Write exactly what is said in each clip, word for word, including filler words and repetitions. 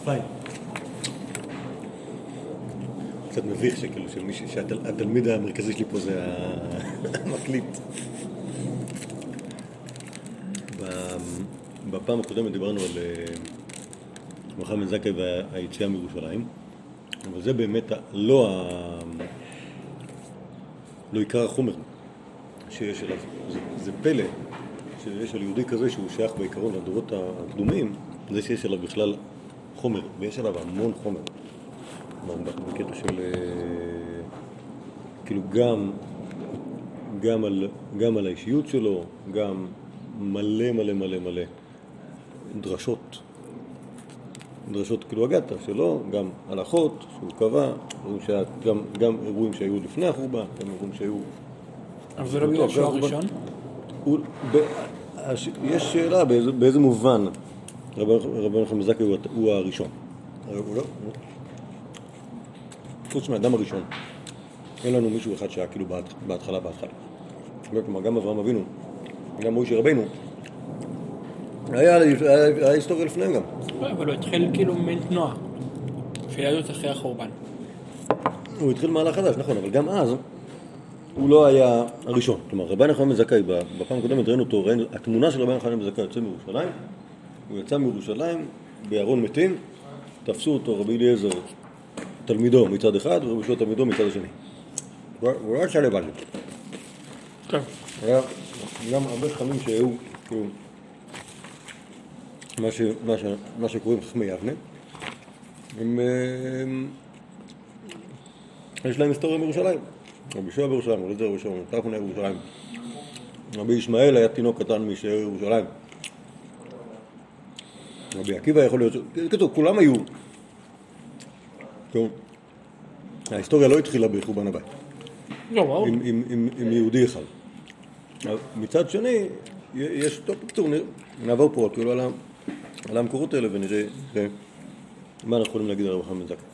פיין. קצת מביך שכאילו, שהתלמיד המרכזי שלי פה זה המקליט. בפעם הקודמת דיברנו על מוחמד זכאי והיציאה מירושלים, אבל זה באמת לא ה... לא עיקר החומר שיש עליו. זה, זה פלא שיש על יהודי כזה שהוא שייך בעיקרון לדורות הקדומים, זה שיש עליו בכלל חומר, ויש עליו המון חומר. בקטע של כאילו גם גם על, גם על האישיות שלו, גם מלא מלא מלא מלא דרשות דרשות כאילו הגתה שלו, גם הלכות שהוא קבע, גם, גם אירועים שהיו לפני החורבן, גם אירועים שהיו... אבל זה לא בגלל שהוא הראשון? הוא, ב, הש, יש שאלה באיזה, באיזה מובן רבי מוחמד זכאי הוא, הוא הראשון. הוא לא? חוץ מהאדם הראשון. אין לנו מישהו אחד שהיה כאילו בהתחלה בהתחלה. כלומר, גם אברהם אבינו, גם מוישה רבינו, היה, היה היסטוריה לפניהם גם. אבל הוא התחיל כאילו מן תנועה, שיהדות אחרי החורבן. הוא התחיל מהלך חדש, נכון, אבל גם אז הוא לא היה הראשון. כלומר, רבי מוחמד זכאי, בפעם הקודמת ראינו אותו, ראינו, התמונה של רבי מוחמד זכאי יוצא מירושלים, הוא יצא מירושלים בארון מתים, תפסו אותו רבי אליעזר, תלמידו מצד אחד, ורבי יהושע תלמידו מצד השני. הוא היה שלב על זה. כן. היה גם הרבה חכמים שהיו, כאילו, מה, ש, מה, ש, מה שקוראים חכמי יבנה, הם, יש להם היסטוריה בירושלים. רבי יהושע בירושלים, רבי אליעזר בירושלים, רבי נחמן היה בירושלים. רבי ישמעאל היה תינוק קטן משער ירושלים. רבי עקיבא יכול להיות, כתוב, כולם היו. טוב, ההיסטוריה לא התחילה בחורבן הבית. לא, וואו. עם, עם, עם, עם יהודי אחד. מצד שני, יש, טוב, בקצור, נעבור פה כאילו על, על המקורות האלה ונראה מה אנחנו יכולים להגיד על רבי מוחמד זכאי.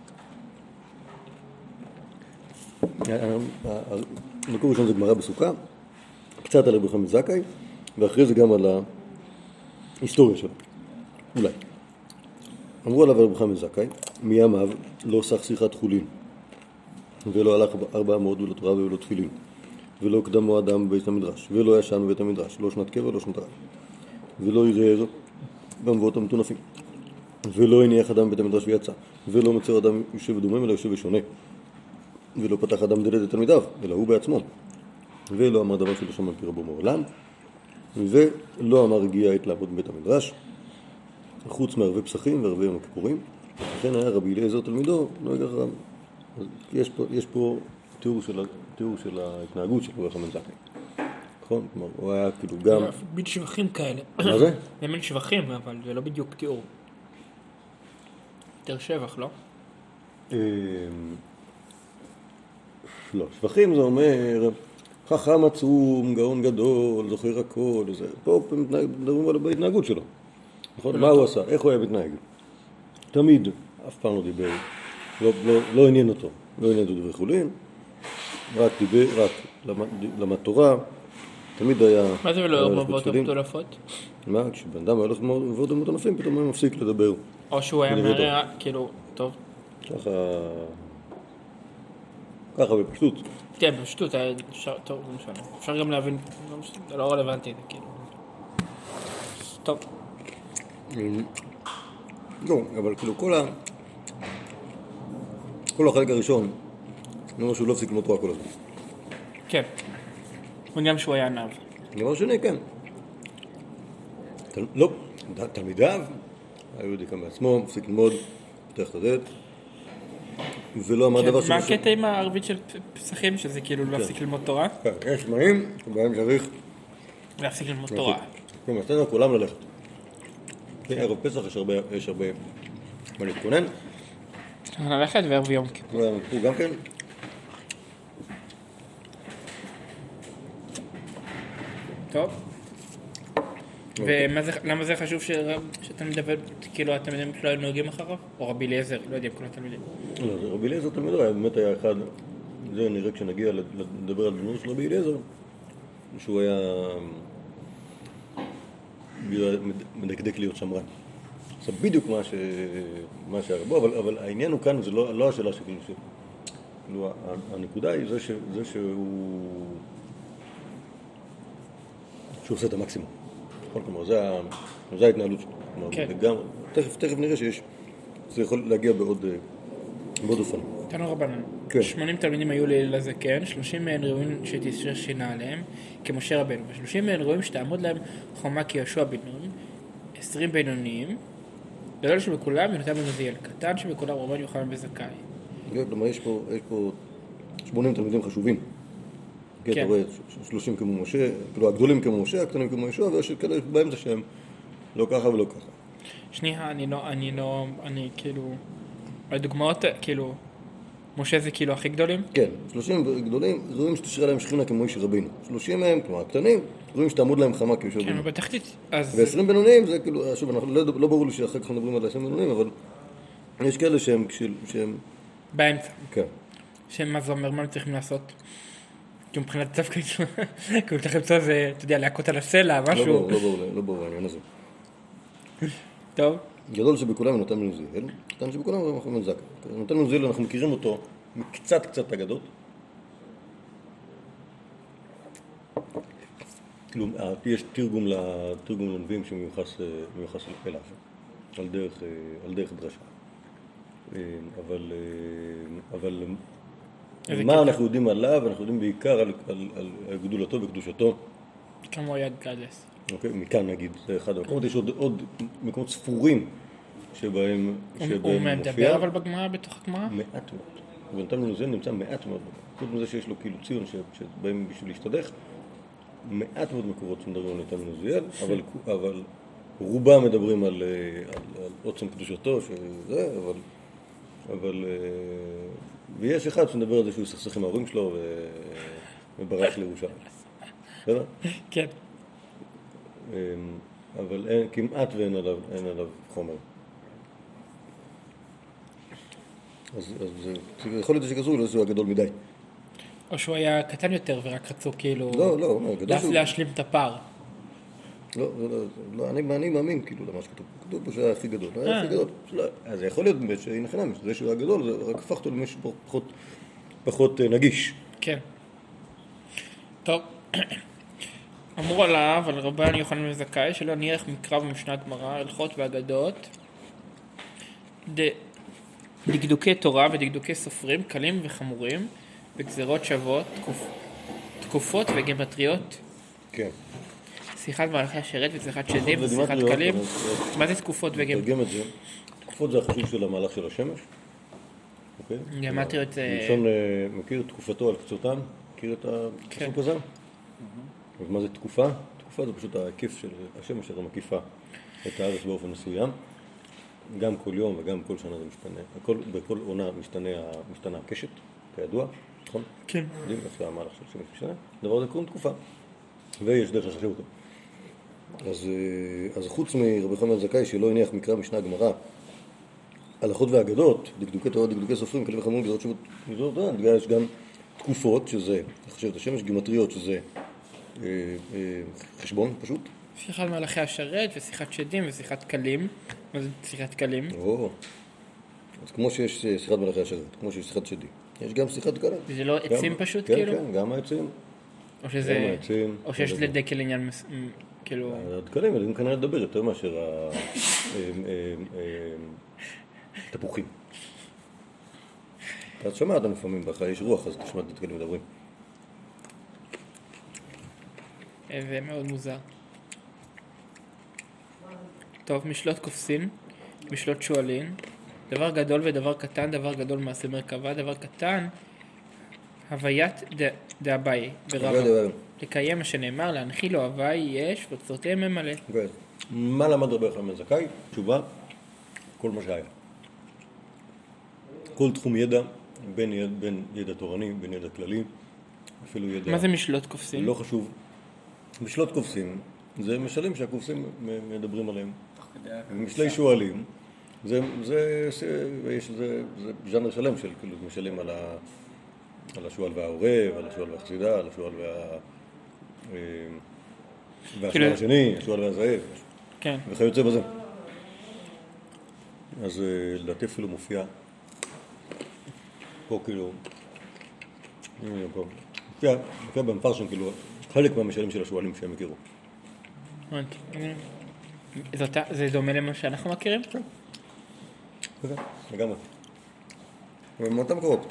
המקור ראשון זה גמרא בסוכה, קצת על רבי מוחמד זכאי, ואחרי זה גם על ההיסטוריה שלו, אולי. אמרו עליו רבי מוחמד זכאי, מימיו לא סך שיחת חולין, ולא הלך ארבע מאות ולא תורה ולא תפילין, ולא קדמו אדם בבית המדרש, ולא ישן בבית המדרש, לא שנת קבע, לא שנת רעב, ולא ערער במבואות המטונפים, ולא הניח אדם בבית המדרש ויצא, ולא מצא אדם יושב ודומם אלא יושב ושונה, ולא פתח אדם דלת לתלמידיו, אלא הוא בעצמו, ולא אמר דבר שלא שמע פי רבו מעולם, ולא אמר הגיע עת לעבוד בבית המדרש, חוץ מערבי פסחים וערבי יום הכיפורים. לכן היה רבי אליעזר תלמידו נוהג אחריו. יש פה, יש פה תיאור של, תיאור של ההתנהגות של רבי מוחמד זכאי. נכון? כלומר, הוא היה כאילו גם... בדיוק שבחים כאלה. מה זה? זה מין שבחים, אבל זה לא בדיוק תיאור. יותר שבח, לא? לא, שבחים זה אומר חכם עצום, גאון גדול, זוכר הכל, זה. פה מדברים על ההתנהגות שלו. נכון? מה הוא עשה? איך הוא היה מתנהג? תמיד, אף פעם לא דיבר, לא, לא, לא עניין אותו, לא עניין אותו דברי חולין, רק דיבר, רק למד, למד תורה, תמיד היה... מה זה ולא מבואות המטונפות? מה? כשבן אדם הולך מבואות המטונפים, פתאום הוא מפסיק לדבר. או שהוא היה מראה, כאילו, טוב. ככה... ככה בפשטות. כן, בפשטות, טוב, לא משנה. אפשר גם להבין, זה לא רלוונטי, כאילו. טוב. לא, אבל כאילו כל ה... כל החלק הראשון, אני אומר שהוא לא הפסיק ללמוד תורה כל הזמן. כן. וגם שהוא היה עניו. דבר שני, כן. לא, תלמידיו, היו יודעים כאן בעצמו, הפסיק ללמוד, פתח את הדלת, ולא אמר דבר מה הקטע עם הערבית של פסחים, שזה כאילו להפסיק ללמוד תורה? כן, יש זמנים, שבהם צריך... להפסיק ללמוד תורה. כן, מצאנו כולם ללכת. ערב פסח יש הרבה מה להתכונן. ללכת וערב יום כיפור. הוא גם כן. טוב. ולמה זה חשוב שאתה מדבר, כאילו התלמידים שלו היו נוהגים אחריו? או רבי אליעזר, לא יודע, כל התלמידים. לא, רבי אליעזר תלמידו באמת היה אחד, זה נראה כשנגיע לדבר על דמות של רבי אליעזר, שהוא היה מדקדק להיות שמרן. זה בדיוק מה ש... מה שהרבו, אבל, אבל העניין הוא כאן, זה לא, לא השאלה שכאילו, ש... כאילו, הנקודה היא זה, ש... זה שהוא... שהוא עושה את המקסימום. כלומר, זה, ה... זה ההתנהלות שלו. כן. וגם, תכף, תכף נראה שיש, זה יכול להגיע בעוד, בעוד אופנים. תנו רבנן, כן. שמונים תלמידים היו להלל הזקן, שלושים מהן ראויים שתסיר שינה עליהם, כמשה רבנו, ושלושים מהן ראויים שתעמוד להם חומה כיהושע בן נון, עשרים בינוניים, גדול שבכולם יונתן בן עוזיאל, קטן שבכולם רבן יוחנן בן זכאי. כלומר, יש פה, יש פה שמונים תלמידים חשובים. כן. אתה רואה, שלושים כמו משה, כאילו הגדולים כמו משה, הקטנים כמו יהושע, ויש כאלה באמצע שהם לא ככה ולא ככה. שנייה, אני לא, אני לא, אני כאילו, הדוגמאות, כאילו, משה זה כאילו הכי גדולים? כן, שלושים גדולים, ראויים שתשרה להם שכינה כמו איש רבינו. שלושים מהם, כלומר, הקטנים, ראויים שתעמוד להם חמה כיהושע בן נון. כן, אבל בתחתית, אז... ועשרים בינוניים זה כאילו, שוב, אנחנו, לא, לא ברור לי שאחר כך מדברים על עשרים בינוניים, אבל יש כאלה שהם, שהם... באמצע. כן. שמה זה אומר, מה הם צריכים לעשות? כי מבחינת תפקיד, כאילו צריך למצוא זה, אתה יודע, להכות על הסלע, משהו. לא ברור, לא ברור, לא ברור, העניין הזה. טוב. גדול שבכולם נותן בן עוזיאל, קטן שבכולם הוא יוחנן בן זכאי. נותן בן עוזיאל, אנחנו מכירים אותו מקצת קצת אגדות. כאילו, יש תרגום לתרגום לנביאים שמיוחס אליו, על דרך, על דרך דרשה. אבל, אבל מה אנחנו יודעים עליו? אנחנו יודעים בעיקר על, על, על גדולתו וקדושתו. כמה הוא היה גדלס. אוקיי, מכאן נגיד, זה אחד המקומות. יש עוד, עוד מקומות ספורים שבהם, שבהם הוא מופיע. מדבר אבל בגמרא, בתוך הגמרא? מעט מאוד. ונתן בן עוזיאל נמצא מעט מאוד. חוץ מזה שיש לו כאילו ציון שבהם בשביל להשתדך, מעט מאוד מקורות שמדברים על נתן בן עוזיאל, אבל, אבל רובם מדברים על, על, על עוצם קדושתו, שזה, אבל, אבל, ויש אחד שמדבר על זה שהוא סכסך עם ההורים שלו וברח לירושלים. בסדר? כן. אבל אין, כמעט ואין עליו, אין עליו חומר. אז, אז זה יכול להיות שכזו, לא שהוא היה גדול מדי. או שהוא היה קטן יותר ורק רצו כאילו... לא, לא, גדול שהוא... להשלים את הפער. לא, לא, לא, אני, אני מאמין כאילו למה שכתוב. כתוב פה שהיה הכי גדול, היה הכי גדול. אז זה יכול להיות באמת שהנה חינם, זה שהוא היה גדול, זה רק הפך אותו למשהו פחות, פחות נגיש. כן. טוב. אמרו עליו, על רבן יוחנן בן זכאי, שלא ניח מקרא במשנה גמרא, הלכות ואגדות, דקדוקי תורה ודקדוקי סופרים, קלים וחמורים, בגזרות שוות, תקופ... תקופות וגמטריות. כן. שיחת מהלכי השרת ושיחת שדים ושיחת קלים. מה זה תקופות וגמטריות? תרגם את זה. תקופות זה החשוב של המהלך של השמש. אוקיי? גמטריות זה... מלשון מכיר תקופתו על קצותם? מכיר את הפסוק הזה? ומה זה תקופה? תקופה זה פשוט ההיקף של השמש שהיא מקיפה את הארץ באופן מסוים. גם כל יום וגם כל שנה זה משתנה. הכל, בכל עונה משתנה, משתנה הקשת, כידוע, נכון? כן. יודעים איך זה המהלך של שמש משתנה. דבר הזה קוראים תקופה. ויש דרך לשחרר אותו. אז, אז חוץ מרבי יוחנן בן זכאי שלא הניח מקרא משנה גמרא, הלכות ואגדות, דקדוקי תורה, דקדוקי סופרים, כלים וחמורים, גזרות שוות, גזרות תורה, יש גם תקופות שזה, לחשב את השמש, גמטריות שזה אה, אה, חשבון פשוט. שיחת מהלכי השרת ושיחת שדים ושיחת קלים. מה זה שיחת קלים? או, אז כמו שיש שיחת מהלכי השרת, כמו שיש שיחת שדים, יש גם שיחת קלים. וזה לא עצים פשוט כן, כאילו? כן, גם העצים. או שזה... גם העצים. או שיש לדקל עניין כאילו... הדקלים יודעים כנראה לדבר יותר מאשר התפוחים. אתה שומע אותם לפעמים, בך יש רוח, אז תשמע את הדקלים מדברים. זה מאוד מוזר. טוב, משלות קופסין, משלות שואלין, דבר גדול ודבר קטן, דבר גדול מעשה מרכבה, דבר קטן, הוויית דאביי, ברבא. לקיים מה שנאמר, להנחיל לו הווי יש, וצורתיהם ממלא. מה למד רבי יוחנן בן זכאי? תשובה, כל מה שהיה. כל תחום ידע, בין ידע, בין ידע תורני, בין ידע כללי, אפילו ידע... מה זה משלות קופסין? לא חשוב. משלות קופסין, זה משלים שהקופסים מדברים עליהם. משלי שואלים, זה, זה, זה, יש, זה, זה ז'אנר שלם של כאילו משלים על, ה, על השואל והעורב, על השואל והחסידה, על השואל וה... והשואל השני, השואל והזאב, כן. וכיוצא בזה. אז לדעתי אפילו מופיע פה כאילו, מופיע, מופיע במפרשים כאילו, חלק מהמשלים של השואלים שהם הכירו. זה דומה למה שאנחנו מכירים? כן. לגמרי. ומאותם מקורות.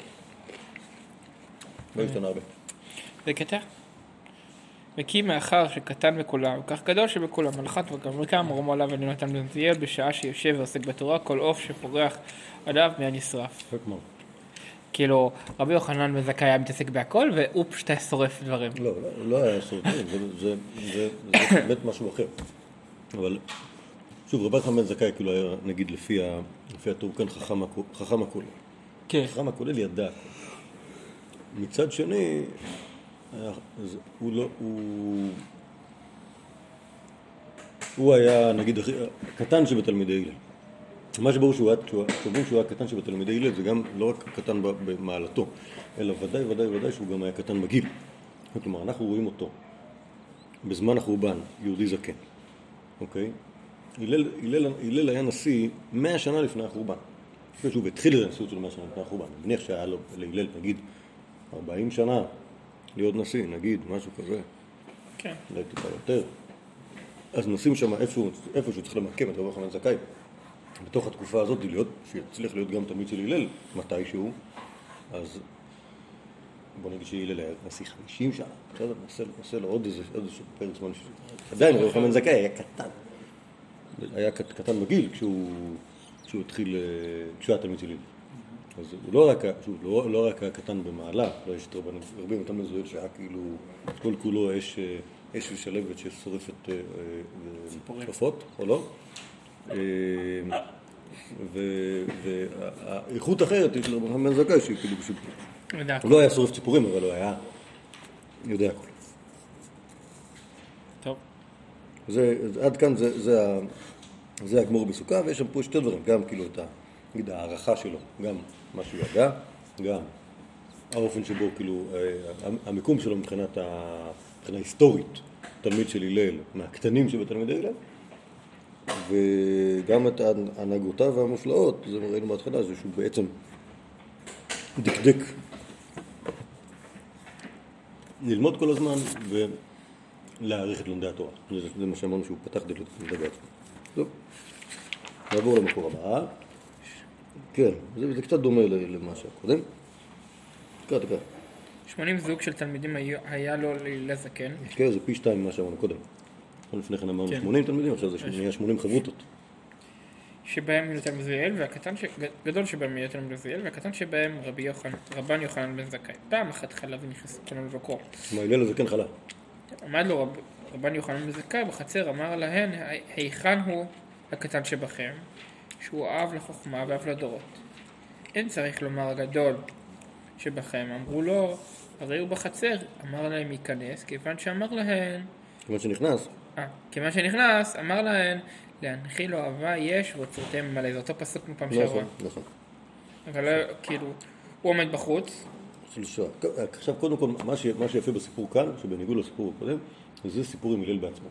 לא השתנה הרבה. זה קטע? וכי מאחר שקטן בכולם, וכך גדול שבכולם, מלאכת וגמריקה מרומו עליו ונתן בנזיאל, בשעה שיושב ועוסק בתורה, כל עוף שפורח עליו מיד נשרף. כאילו, רבי יוחנן בן זכאי היה מתעסק בהכל, והוא פשוט היה שורף דברים. לא, לא היה שורף דברים, זה באמת משהו אחר. אבל, שוב, רבי יוחנן בן זכאי כאילו היה, נגיד, לפי התור כאן חכם הכולל. כן. חכם הכולל ידע. מצד שני, הוא לא, הוא... הוא היה, נגיד, קטן שבתלמידי הלל. מה שברור שהוא היה, שאומרים שהוא היה קטן שבתלמידי הלל, זה גם לא רק קטן במעלתו, אלא ודאי, ודאי, ודאי שהוא גם היה קטן בגיל. כלומר, אנחנו רואים אותו בזמן החורבן, יהודי זקן. אוקיי? הלל, הלל, הלל היה נשיא מאה שנה לפני החורבן. שהוא התחיל את הנשיאות שלו מאה שנה לפני החורבן. אני מניח שהיה לו להלל, נגיד, ארבעים שנה להיות נשיא, נגיד, משהו כזה. כן. אולי טיפה יותר. אז נשים שם איפה, איפה שהוא צריך למקם את רבי יוחנן זכאי. בתוך התקופה הזאת, להיות, שיצליח להיות גם תלמיד של הלל, מתישהו, אז בוא נגיד שהלל היה נשיא חמישים שנה. בסדר, נעשה לו עוד איזה, עוד איזה פרק זמן. עדיין רבי יוחנן זכאי היה קטן. היה קטן בגיל כשהוא, כשהוא התחיל, כשהוא היה תלמיד של הלל. אז הוא לא רק, שוב, לא, לא רק הקטן במעלה, לא יש רבים, רבים אותם מזוהל שהיה כאילו, כל כולו אש, אש ושלבת ששורפת עופות, או לא? והאיכות אחרת יש לרבי יוחנן בן זכאי, שכאילו פשוט, הוא לא היה שורף ציפורים, אבל הוא היה יודע הכל. טוב. זה, עד כאן זה, זה, זה הגמור בסוכה, ויש שם פה שתי דברים, גם כאילו את ה... נגיד הערכה שלו, גם מה שהוא ידע, גם האופן שבו, כאילו, המיקום שלו מבחינת מבחינה היסטורית, תלמיד של הלל, מהקטנים שבתלמידי הלל, וגם את ההנהגותיו והמופלאות, זה ראינו בהתחלה, זה שהוא בעצם דקדק ללמוד כל הזמן ולהעריך את לומדי התורה. זה, זה מה שאמרנו שהוא פתח דלת לומדי בעצמו. טוב, נעבור למקור הבא. כן, זה, זה קצת דומה למה שקודם. תקרא, תקרא. שמונים זוג של תלמידים היה לו להלל זקן. כן, זה פי שתיים ממה שאמרנו קודם. לפני כן אמרנו שמונים תלמידים, עכשיו זה נהיה שמונים חברותות. שבהם יהודה מזויאל, והקטן גדול שבהם יהודה מזויאל, והקטן שבהם רבי יוחנן, רבן יוחנן בן זכאי. פעם אחת חלה ונכנס אותנו לבקור. מה, הלל הזקן חלה? עמד לו רב, רבן יוחנן בן זכאי בחצר, אמר להן, היכן הוא הקטן שבכם, שהוא אב לחוכמה ואב לדורות. אין צריך לומר הגדול שבכם. אמרו לו, הרי הוא בחצר. אמר להם ייכנס, כיוון שאמר להן... כיוון שנכנס. אה, כיוון שנכנס, אמר להן, להנחיל אוהבה יש ואוצרותיהם מלא. זה אותו פסוק מפעם שעברה. נכון, נכון. אבל כאילו, הוא עומד בחוץ. עכשיו, קודם כל, מה, ש... מה שיפה בסיפור כאן, שבניגוד לסיפור הקודם, זה סיפור עם הלל בעצמו.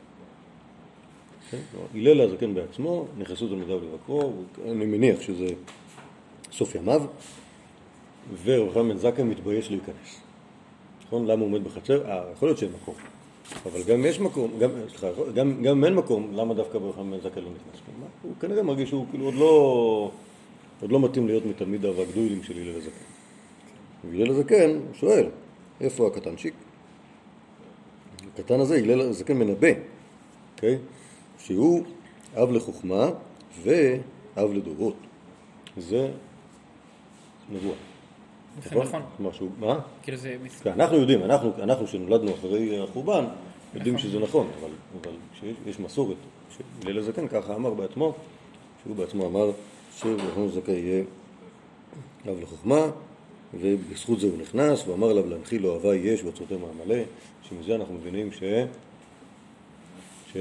הלל הזקן בעצמו, נכנסו תלמידיו לבקרו, אני מניח שזה סוף ימיו, ורבי יוחנן בן זכאי מתבייש להיכנס. נכון? למה הוא עומד בחצר? אה, יכול להיות שאין מקום. אבל גם יש מקום, גם, סליחה, גם, גם אין מקום, למה דווקא רבי יוחנן בן זכאי לא נכנס? הוא כנראה מרגיש שהוא כאילו עוד לא, עוד לא מתאים להיות מתלמידיו הגדולים של הלל הזקן. והלל הזקן, הוא שואל, איפה הקטנצ'יק? הקטן הזה, הלל הזקן מנבא, אוקיי? שהוא אב לחוכמה ואב לדורות. זה נבואה. נכון. משהו, מה? כאילו זה... אנחנו יודעים, אנחנו, אנחנו שנולדנו אחרי החורבן, יודעים שזה נכון, אבל, אבל כשיש מסורת, שהלל הזקן ככה אמר בעצמו, שהוא בעצמו אמר שרבי יוחנן בן זכאי יהיה אב לחוכמה, ובזכות זה הוא נכנס, ואמר עליו להנחיל לו אהבה יש ואוצרותיהם המלא, שמזה אנחנו מבינים ש... ש...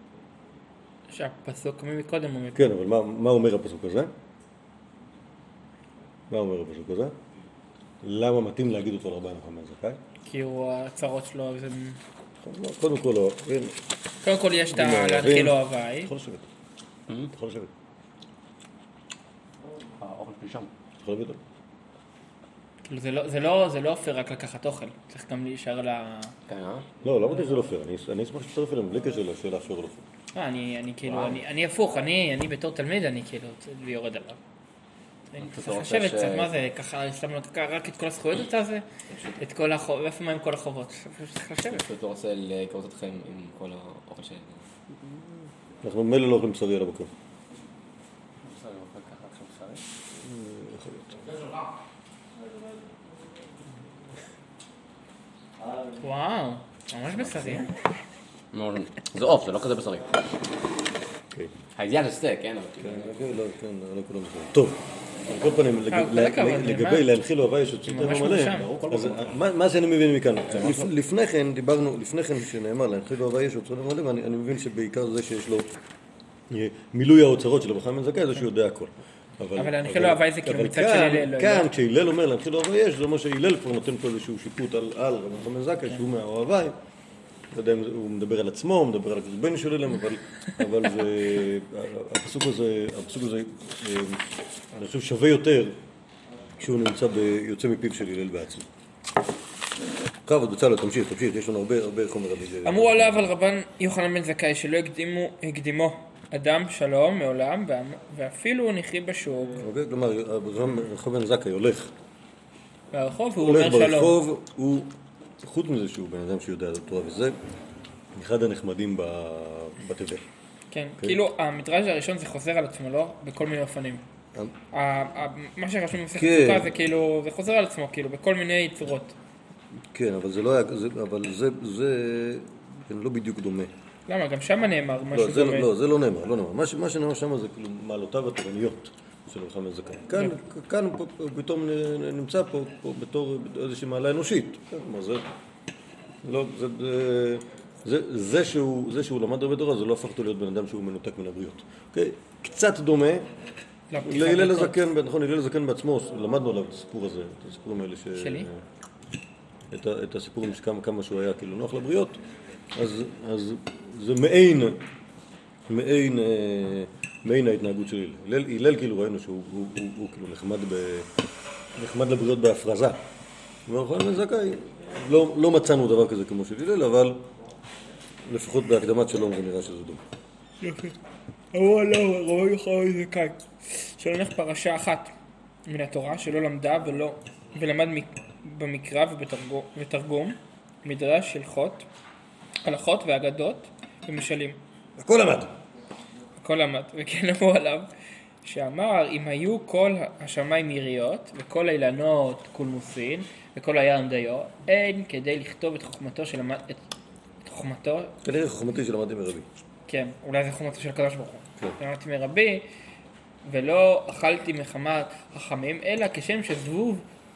שהפסוק מקודם אומר. כן, אבל מה, מה אומר הפסוק הזה? מה אומר הפסוק הזה? למה מתאים להגיד אותו לרבי יוחנן בן זכאי? כי הוא הצרות שלו, זה... קודם כל לא. קודם כל יש את להנחיל לו אהבה. יכול לשבת. יכול לשבת. האוכל שלי שם. יכול להביא אותו. כאילו זה לא, זה לא, זה לא פייר רק לקחת אוכל, צריך גם להישאר ל... כן, אה? לא, לא אמרתי שזה לא פייר, אני- אני אשמח שתצטרף אליהם, בלי קשר לשאלה אפשר או לא פייר. לא, אני, אני כאילו, אני, אני הפוך, אני, אני בתור תלמיד, אני כאילו, לי יורד עליו. אני אתה צריך רוצה לשבת ש- קצת, מה זה, ככה, שמנו רק את כל הזכויות הזה, את כל החובות, איפה מה עם כל החובות? צריך לשבת. פשוט לא רוצה לקרות אתכם עם כל האוכל שלי. אנחנו מילא לא אוכלים בשרי על הבוקר. בסדר, אני אוכל ככה עכשיו בשרי. יכול להיות. וואו, ממש בשרי. מאוד- זה עוף, זה לא כזה בשרי. אוקיי. האידיאל זה סטייק, כן? אבל כן, כן, לא, כן, לא כולם בסדר. טוב, על כל פנים, לג- אה, כל ל- הכבוד, לגבי מה? להנחיל לו הוואי שצוטה ממש מלא, מרשם. אז מה- מה שאני מבין מכאן, לפ- לפני כן דיברנו, לפני כן שנאמר להנחיל לו הוואי שצוטה מלא, ואני אני מבין שבעיקר זה שיש לו אה, מילוי האוצרות של אברהם בן זכאי, זה שהוא יודע הכל. אבל להנחיל לו הוואי זה כאילו אבל מצד כאן- של הלל, לא כאן, יודע. כשהלל אומר להנחיל לו הוואי יש, זה אומר שהלל כבר נותן פה איזשהו שיפוט על על אברהם בן זכאי, שהוא מהאוהבי. לא יודע אם הוא מדבר על עצמו, הוא מדבר על בן של אליהם, אבל, אבל זה, הפסוק הזה, הפסוק הזה, אה, אני חושב שווה יותר כשהוא נמצא ב, יוצא מפיו של הלל בעצמו. כבוד, בצלאל, תמשיך, תמשיך, יש לנו הרבה, הרבה חומר. אמרו עליו על רבן יוחנן בן זכאי שלא הקדימו, הקדימו אדם שלום מעולם, ואפילו הוא נחי בשוק. אוקיי, כלומר, אברהם בן זכאי הולך, ברחוב והוא הולך אומר שלום. ברחוב, הוא, חוץ מזה שהוא בן אדם שיודע את התורה וזה, אחד הנחמדים ב- בתבל. כן, כאילו המדרש הראשון זה חוזר על עצמו, לא? בכל מיני אופנים. ה- ה- מה שרשום במסכת כן. סוכה זה כאילו, זה חוזר על עצמו, כאילו, בכל מיני צורות. כן, אבל זה לא היה, זה, אבל זה, זה כן, לא בדיוק דומה. למה? גם שם נאמר משהו לא, זה, דומה. לא, זה לא נאמר, לא נאמר. מה, ש- מה שנאמר שם זה כאילו מעלותיו התורניות של אברהם בן זכאי. כאן, כאן פה, פה, פתאום נ- נמצא פה, פה בתור איזושהי מעלה אנושית. כן, כלומר, זה, לא, זה, זה, זה, זה, שהוא, זה שהוא למד הרבה תורה, זה לא הפך אותו להיות בן אדם שהוא מנותק מן הבריות. אוקיי? קצת דומה לא, פתיחת להלל דלתות. הזקן, נכון, הלל הזקן בעצמו, למדנו עליו את הסיפור הזה, את הסיפורים האלה ש... שלי? את, ה- את הסיפורים שכמה כמה שהוא היה כאילו נוח לבריות, אז, אז זה מעין, מעין, אה, מעין ההתנהגות של הלל. הלל, הלל כאילו ראינו שהוא הוא, הוא, הוא, כאילו נחמד, ב, נחמד לבריות בהפרזה. ואברהם בן זכאי, לא, לא מצאנו דבר כזה כמו של הלל, אבל לפחות בהקדמת שלום זה נראה שזה דומה. יופי. אמרו עליו רבן יוחנן בן זכאי שלא פרשה אחת מן התורה שלא למדה ולא, ולמד מ- במקרא ובתרגום, ותרגום, מדרש, הלכות, הלכות ואגדות ומשלים. הכל למד. הכל למד, וכן אמרו עליו שאמר אם היו כל השמיים יריות וכל האילנות קולמוסין וכל הים דיו, אין כדי לכתוב את חוכמתו שלמד, את, את חוכמתו, כנראה חוכמתי שלמדתי מרבי. כן, אולי זה חוכמתו של הקדוש ברוך הוא. כן. למדתי מרבי ולא אכלתי מחמת חכמים אלא כשם שזבוב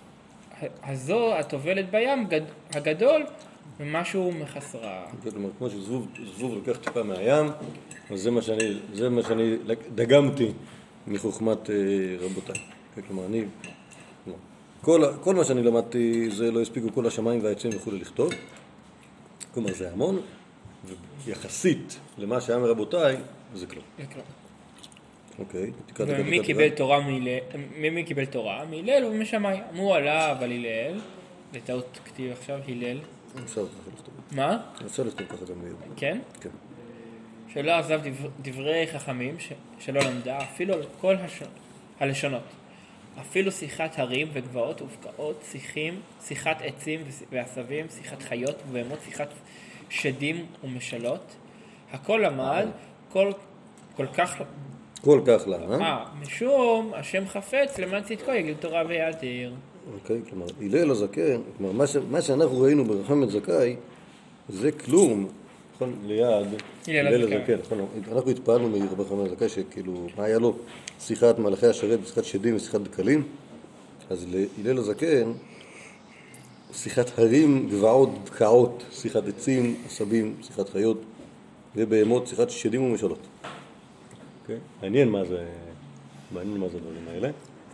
הזו הטובלת בים גד, הגדול ומשהו מחסרה. כלומר, כמו שזבוב זבוב לוקח טיפה מהים, אז זה מה שאני, זה מה שאני דגמתי מחוכמת אה, רבותיי. כלומר, אני, כלומר, כל, ה- כל מה שאני למדתי זה לא הספיקו כל השמיים והעצים וכו' לכתוב. כלומר, זה המון, ויחסית למה שהיה מרבותיי, זה כלום. זה כלום. אוקיי, תקרא, תקרא, ומי תקרא, קיבל תקרא. תורה מהלל, מי קיבל תורה? מהלל ומשמאי. אמרו עליו על הלל, זה טעות כתיב עכשיו, הלל. אפשר לכתוב. מה? אפשר לכתוב ככה גם ליד. כן? כן. שלא עזב דבר, דברי חכמים ש, שלא למדה, אפילו על כל הש, הלשונות. אפילו שיחת הרים וגבעות ובקעות, שיחים, שיחת עצים ועשבים, שיחת חיות ובהמות, שיחת שדים ומשלות. הכל למד, כל, כל כך... כל כך לה, אה? אה, משום השם חפץ למען צדקו יגיד תורה ויתיר. אוקיי, כלומר, הלל הזקן, כלומר, מה, ש, מה שאנחנו ראינו ברחם בן זכאי, זה כלום, נכון, ליד הלל הלל הזקן. הזקן, נכון, אנחנו התפעלנו מרבי רחם בן זכאי, שכאילו, מה היה לו? שיחת מלאכי השרת, שיחת שדים ושיחת דקלים, אז להלל הזקן, שיחת הרים, גבעות, בקעות, שיחת עצים, עשבים, שיחת חיות, ובהמות, שיחת שדים ומשלות. אוקיי? מעניין מה זה, מעניין מה זה הדברים האלה.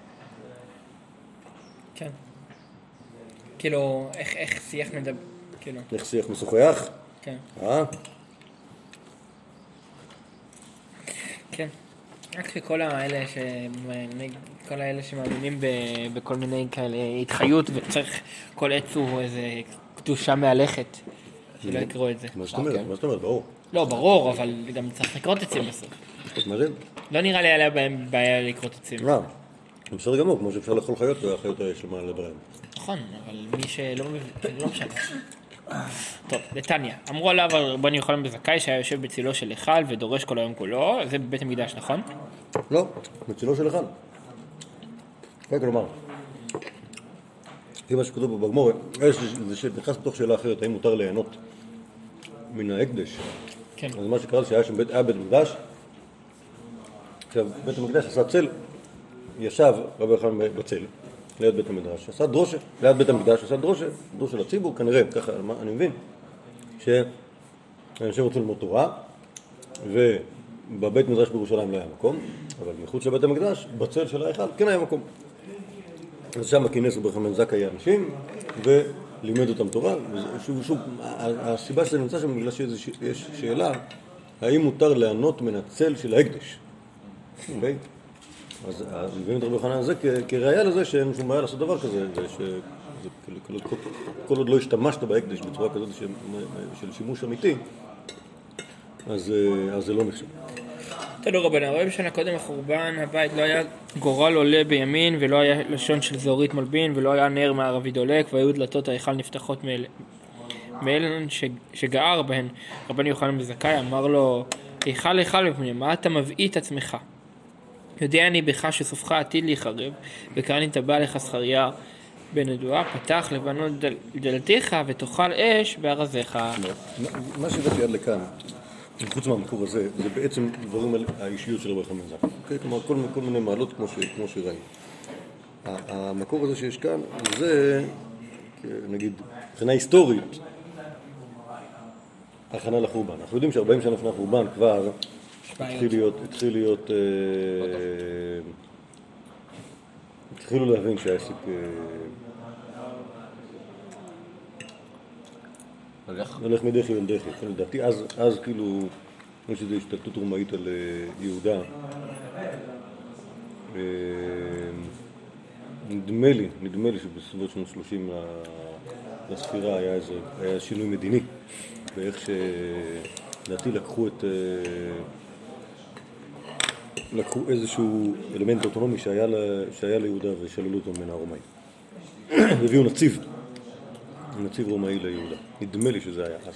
כן. כאילו, איך, איך שיח מדבר, כאילו, איך שיח משוחח? כן, אה? כן. רק שכל האלה ש... כל האלה שמאמינים ב... בכל מיני כאלה התחיות וצריך כל עץ הוא איזה קדושה מהלכת שלא יקראו את זה. מה זאת אומרת? מה זאת אומרת? ברור. לא, ברור, אבל גם צריך לקרות עצים בסוף. מה זה? לא נראה לי עליה בהם בעיה לקרות עצים. אה, בסדר גמור, כמו שאפשר לאכול חיות והחיות יש למה לדברים. נכון, אבל מי שלא מבין, לא משנה. טוב, נתניה. אמרו עליו על רבן יוחנן בן זכאי שהיה יושב בצילו של היכל ודורש כל היום כולו, זה בבית המקדש, נכון? לא, בצילו של אחד. כן, כלומר, לפי מה שכתוב בגמרא, זה שנכנס בתוך שאלה אחרת, האם מותר ליהנות מן ההקדש. כן. אז מה שקרה שהיה שם היה בית המקדש, עכשיו בית המקדש עשה צל, ישב רבי יוחנן בצל, ליד בית המדרש, עשה דרושה, ליד בית המקדש עשה דרושה, דרושה לציבור, כנראה, ככה אני מבין, שאנשים רוצים ללמוד תורה, ובבית מדרש בירושלים לא היה מקום, אבל מחוץ לבית המקדש, בצל של ההיכל, כן היה מקום. אז שם כינס רבי יוחנן בן זכאי אנשים, ולימד אותם תורה, ושוב, שוב, הסיבה שזה נמצא שם בגלל שיש שאלה, האם מותר ליהנות מן הצל של ההקדש? אוקיי? אז מביאים את רבי יוחנן הזה כראיה לזה שאין שום בעיה לעשות דבר כזה, כל עוד לא השתמשת בהקדש בצורה כזאת של שימוש אמיתי, אז זה לא נחשב. תדעו רבנה, ארבעים שנה קודם החורבן, הבית לא היה גורל עולה בימין, ולא היה לשון של זהורית מלבין, ולא היה נר מערבי דולק, והיו דלתות ההיכל נפתחות מאלן שגער בהן. רבן יוחנן בן זכאי אמר לו, היכל היכל מפני, מה אתה מביא את עצמך? יודע אני בך שסופך עתיד להיחרב, וכאן נתבע לך זכריה בן ידועה, פתח לבנות דלתיך ותאכל אש בארזיך. מה שהבאתי עד לכאן, חוץ מהמקור הזה, זה בעצם דברים על האישיות של רבי יוחנן בן זכאי. כלומר, כל מיני מעלות כמו שראינו. המקור הזה שיש כאן, זה, נגיד, מבחינה היסטורית, הכנה לחורבן. אנחנו יודעים ש-ארבעים שנה לפני החורבן כבר התחיל להיות, התחיל להיות, התחילו להבין שהעסק הולך מדחי אל דחי. לדעתי, אז, אז כאילו, יש איזו השתלטות רומאית על יהודה. נדמה לי, נדמה לי שבסביבות שנות שלושים לספירה היה איזה, היה שינוי מדיני, ואיך שלדעתי לקחו את, לקחו איזשהו אלמנט אוטונומי שהיה, שהיה ליהודה ושללו אותו מן הרומאים. והביאו נציב, נציב רומאי ליהודה. נדמה לי שזה היה אז.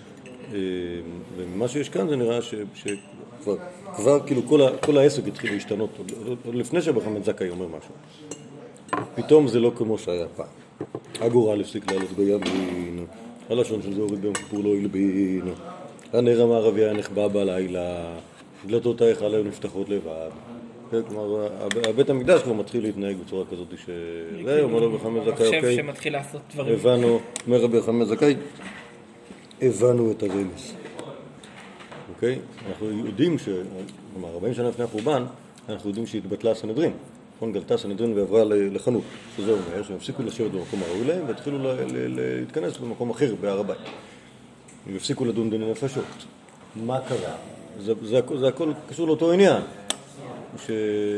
ומה שיש כאן זה נראה ש, שכבר כבר, כאילו כל, ה, כל העסק התחיל להשתנות, עוד לפני שרבי יוחנן בן זכאי אומר משהו. פתאום זה לא כמו שהיה פעם. הגורל הפסיק לעלות בימין, הלשון של זהורית ביום כיפור לא הלבין, הנר המערבי היה נחבא בלילה, דלתות ההיכל היו נפתחות לבד. כלומר, הבית המקדש כבר מתחיל להתנהג בצורה כזאת ש... זה, אומר רבי יוחנן בן זכאי, אני אוקיי. חושב שמתחיל לעשות דברים. הבנו, אומר רבי יוחנן בן זכאי, הבנו את הרמז. אוקיי? אנחנו יודעים ש... כלומר, ארבעים שנה לפני החורבן, אנחנו יודעים שהתבטלה הסנהדרין. נכון, גלתה הסנהדרין ועברה לחנות. שזה אומר שהם הפסיקו לשבת במקום הראוי להם, והתחילו להתכנס במקום אחר, בהר הבית. הם הפסיקו לדון דיני נפשות. מה קרה? זה, זה, זה הכל קשור לאותו עניין. ש...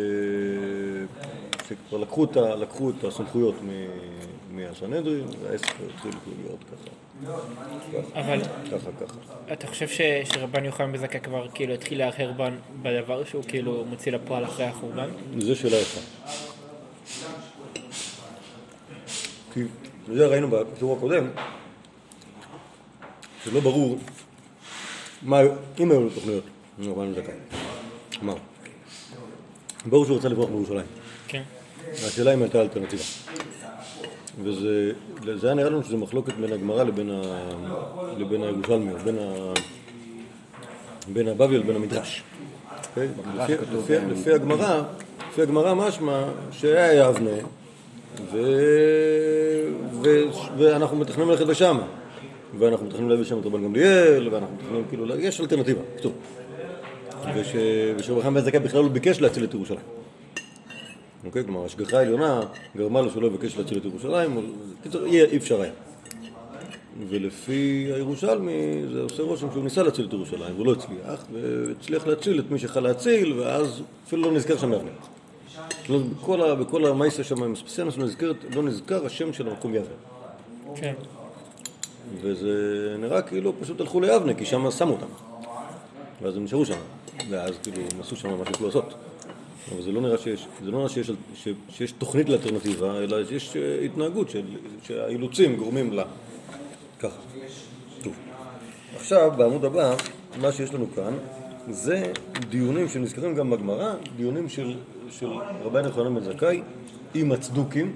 שכבר לקחו את, ה... לקחו את הסמכויות מ... מהסנהדרין, והעסק התחיל להיות ככה. אבל ככה, ככה. אתה חושב ש... שרבן יוחנן בן זכאי כבר כאילו התחיל להרהר בדבר שהוא כאילו מוציא לפועל אחרי החורבן? זה שאלה יפה. כי זה ראינו בשיעור הקודם, שלא ברור מה, אם היו לו תוכניות, רבן בן זכאי. אמר, ברור שהוא רצה לברוח בירושלים. כן. השאלה אם הייתה אלטרנטיבה. וזה זה היה נראה לנו שזה מחלוקת בין הגמרא לבין ה, לבין הירושלמי, בין ה, בין הבבלי לבין המדרש. אוקיי? לפי, לפי, לפי הגמרא, לפי הגמרא משמע שהיה יבנה, ו, ו, ואנחנו מתכננים ללכת לשם. ואנחנו מתכננים להביא שם את רבן גמליאל, ואנחנו מתכננים כאילו, יש אלטרנטיבה, כתוב. וש, ושרבי יוחנן בן זכאי בכלל לא ביקש להציל את ירושלים. אוקיי, כלומר, השגחה העליונה גרמה לו שלא יבקש להציל את ירושלים, קיצור, אי אפשר היה. ולפי הירושלמי זה עושה רושם שהוא ניסה להציל את ירושלים, והוא לא הצליח, והצליח להציל את מי שיכל להציל, ואז אפילו לא נזכר שם יבנה. בכל, ה, בכל המייסה שם עם ספסיאנוס לא נזכר, לא נזכר השם של המקום יבנה. כן. וזה נראה כאילו פשוט הלכו ליבנה, כי שם שמו אותם. ואז הם נשארו שם, ואז כאילו הם עשו שם מה שיכולו לעשות. אבל זה לא נראה שיש, זה לא נראה שיש, שיש, שיש תוכנית לאלטרנטיבה, אלא שיש התנהגות של, שהאילוצים גורמים לה. ככה. טוב. עכשיו, בעמוד הבא, מה שיש לנו כאן, זה דיונים שנזכרים גם בגמרא, דיונים של, של רבן יוחנן בן זכאי עם הצדוקים.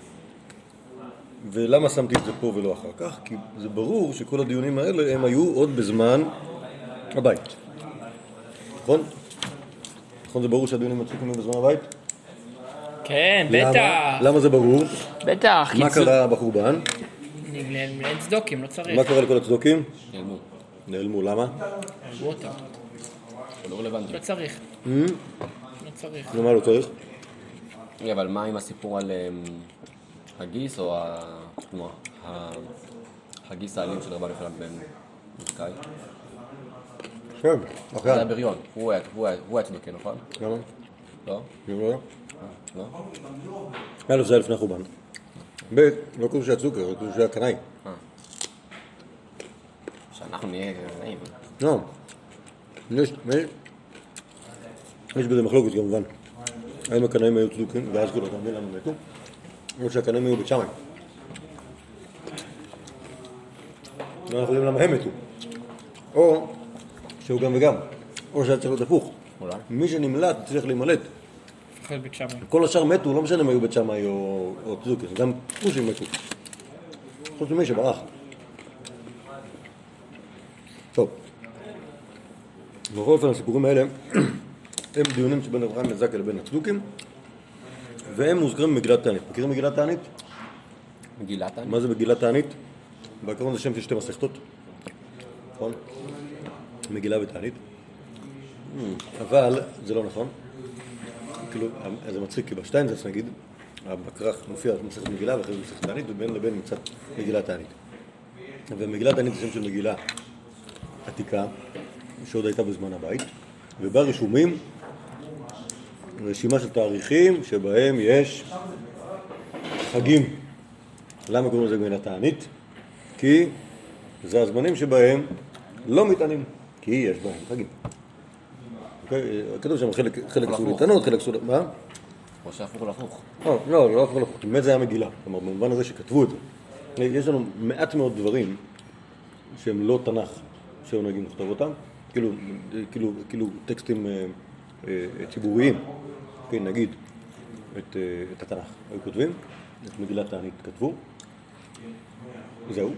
ולמה שמתי את זה פה ולא אחר כך? כי זה ברור שכל הדיונים האלה הם היו עוד בזמן הבית. נכון? נכון זה ברור שהדיונים הצדוקים היו בזמן הבית? כן, בטח. למה זה ברור? בטח. מה קרה בחורבן? אין צדוקים, לא צריך. מה קרה לכל הצדוקים? נעלמו. נעלמו, למה? נעלמו אותם. לא רלוונטי. לא צריך. לא צריך. למה לא צריך? אבל מה עם הסיפור על הגיס או הגיס האלים של רבן יוחנן בן זכאי? כן, זה היה בריון, הוא היה צדוקי, נכון? למה? לא? לא? לא? היה לו זה היה לפני החורבן. ב' לא קוראים שהיה צדוקי, קוראים שהיה קנאי. שאנחנו נהיה נעים. לא. יש, יש בזה מחלוקת כמובן. האם הקנאים היו צדוקים, ואז כאילו אתה מבין למה מתו, או שהקנאים היו בית שמאי. אנחנו יודעים למה הם מתו. או שהוא גם וגם, או שהיה צריך להיות הפוך. אולי? מי שנמלט צריך להימלט. לפחות בית שמאי. כל השאר מתו, לא משנה אם היו בית שמאי או, או צדוקים, גם פושים מתו. חוץ ממי שברח. טוב. בכל אופן הסיפורים האלה הם דיונים שבין אברהם בן זכאי לבין הצדוקים, והם מוזכרים במגילת תענית. מכירים מגילת תענית? מגילת תענית? מה זה מגילת תענית? בעיקרון זה שם של שתי מסכתות, נכון? מגילה ותענית. אבל זה לא נכון. כאילו, זה מצחיק, כי בשטיינזרס נגיד, בכרך מופיע מסכת מגילה ואחרי זה מסכת תענית, ובין לבין נמצאת מגילת תענית. ומגילת תענית זה שם של מגילה עתיקה, שעוד הייתה בזמן הבית, ובה רשומים רשימה של תאריכים שבהם יש חגים. למה קוראים לזה מגילת תענית? כי זה הזמנים שבהם לא מתענים, כי יש בהם חגים. כתוב שם חלק אסור להתענות, חלק אסור... מה? או שהפוך להפוך. לא, לא, לא הפוך להפוך. באמת זה היה מגילה. כלומר, במובן הזה שכתבו את זה. יש לנו מעט מאוד דברים שהם לא תנ"ך שהיו נהגים לכתוב אותם, כאילו, כאילו, כאילו טקסטים אה, אה, ציבוריים, כן, נגיד, את, אה, את התנ"ך. היו כותבים, את מגילת תענית כתבו, זהו.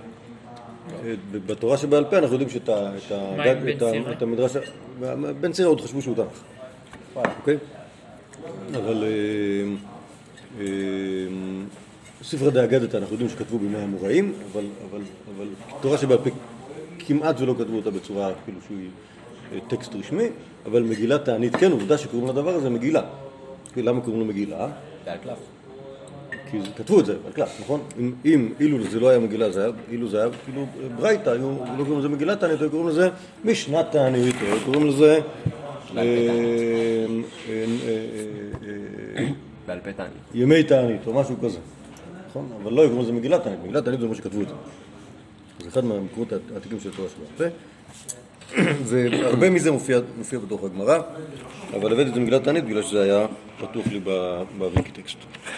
בתורה שבעל פה אנחנו יודעים שאת ה, את ה, מה עם את בן ה, סירה? את המדרש, בן סירה עוד חשבו שהוא תנ"ך. אוקיי? אבל אה, אה, ספרי דאגדתא אנחנו יודעים שכתבו בימי האמוראים, אבל, אבל, אבל תורה שבעל פה כמעט ולא כתבו אותה בצורה כאילו שהיא טקסט רשמי, אבל מגילת תענית כן, עובדה שקוראים לדבר הזה מגילה. למה קוראים לו מגילה? זה על קלף. כי כתבו את זה על קלף, נכון? אם, אם אילו זה לא היה מגילה, זה היה, אילו זה היה כאילו ברייתא, היו לא קוראים לזה מגילת תענית, היו קוראים לזה משנת תענית, היו קוראים לזה בעל פה תענית. ימי תענית או משהו כזה, נכון? אבל לא היו קוראים לזה מגילת תענית, מגילת תענית זה מה שכתבו את זה. זה אחד מהמקורות העתיקים של תורה שבעל פה, והרבה מזה מופיע, מופיע בתוך הגמרא, אבל הבאתי את זה מגילת תענית בגלל שזה היה פתוח לי בוויקי טקסט.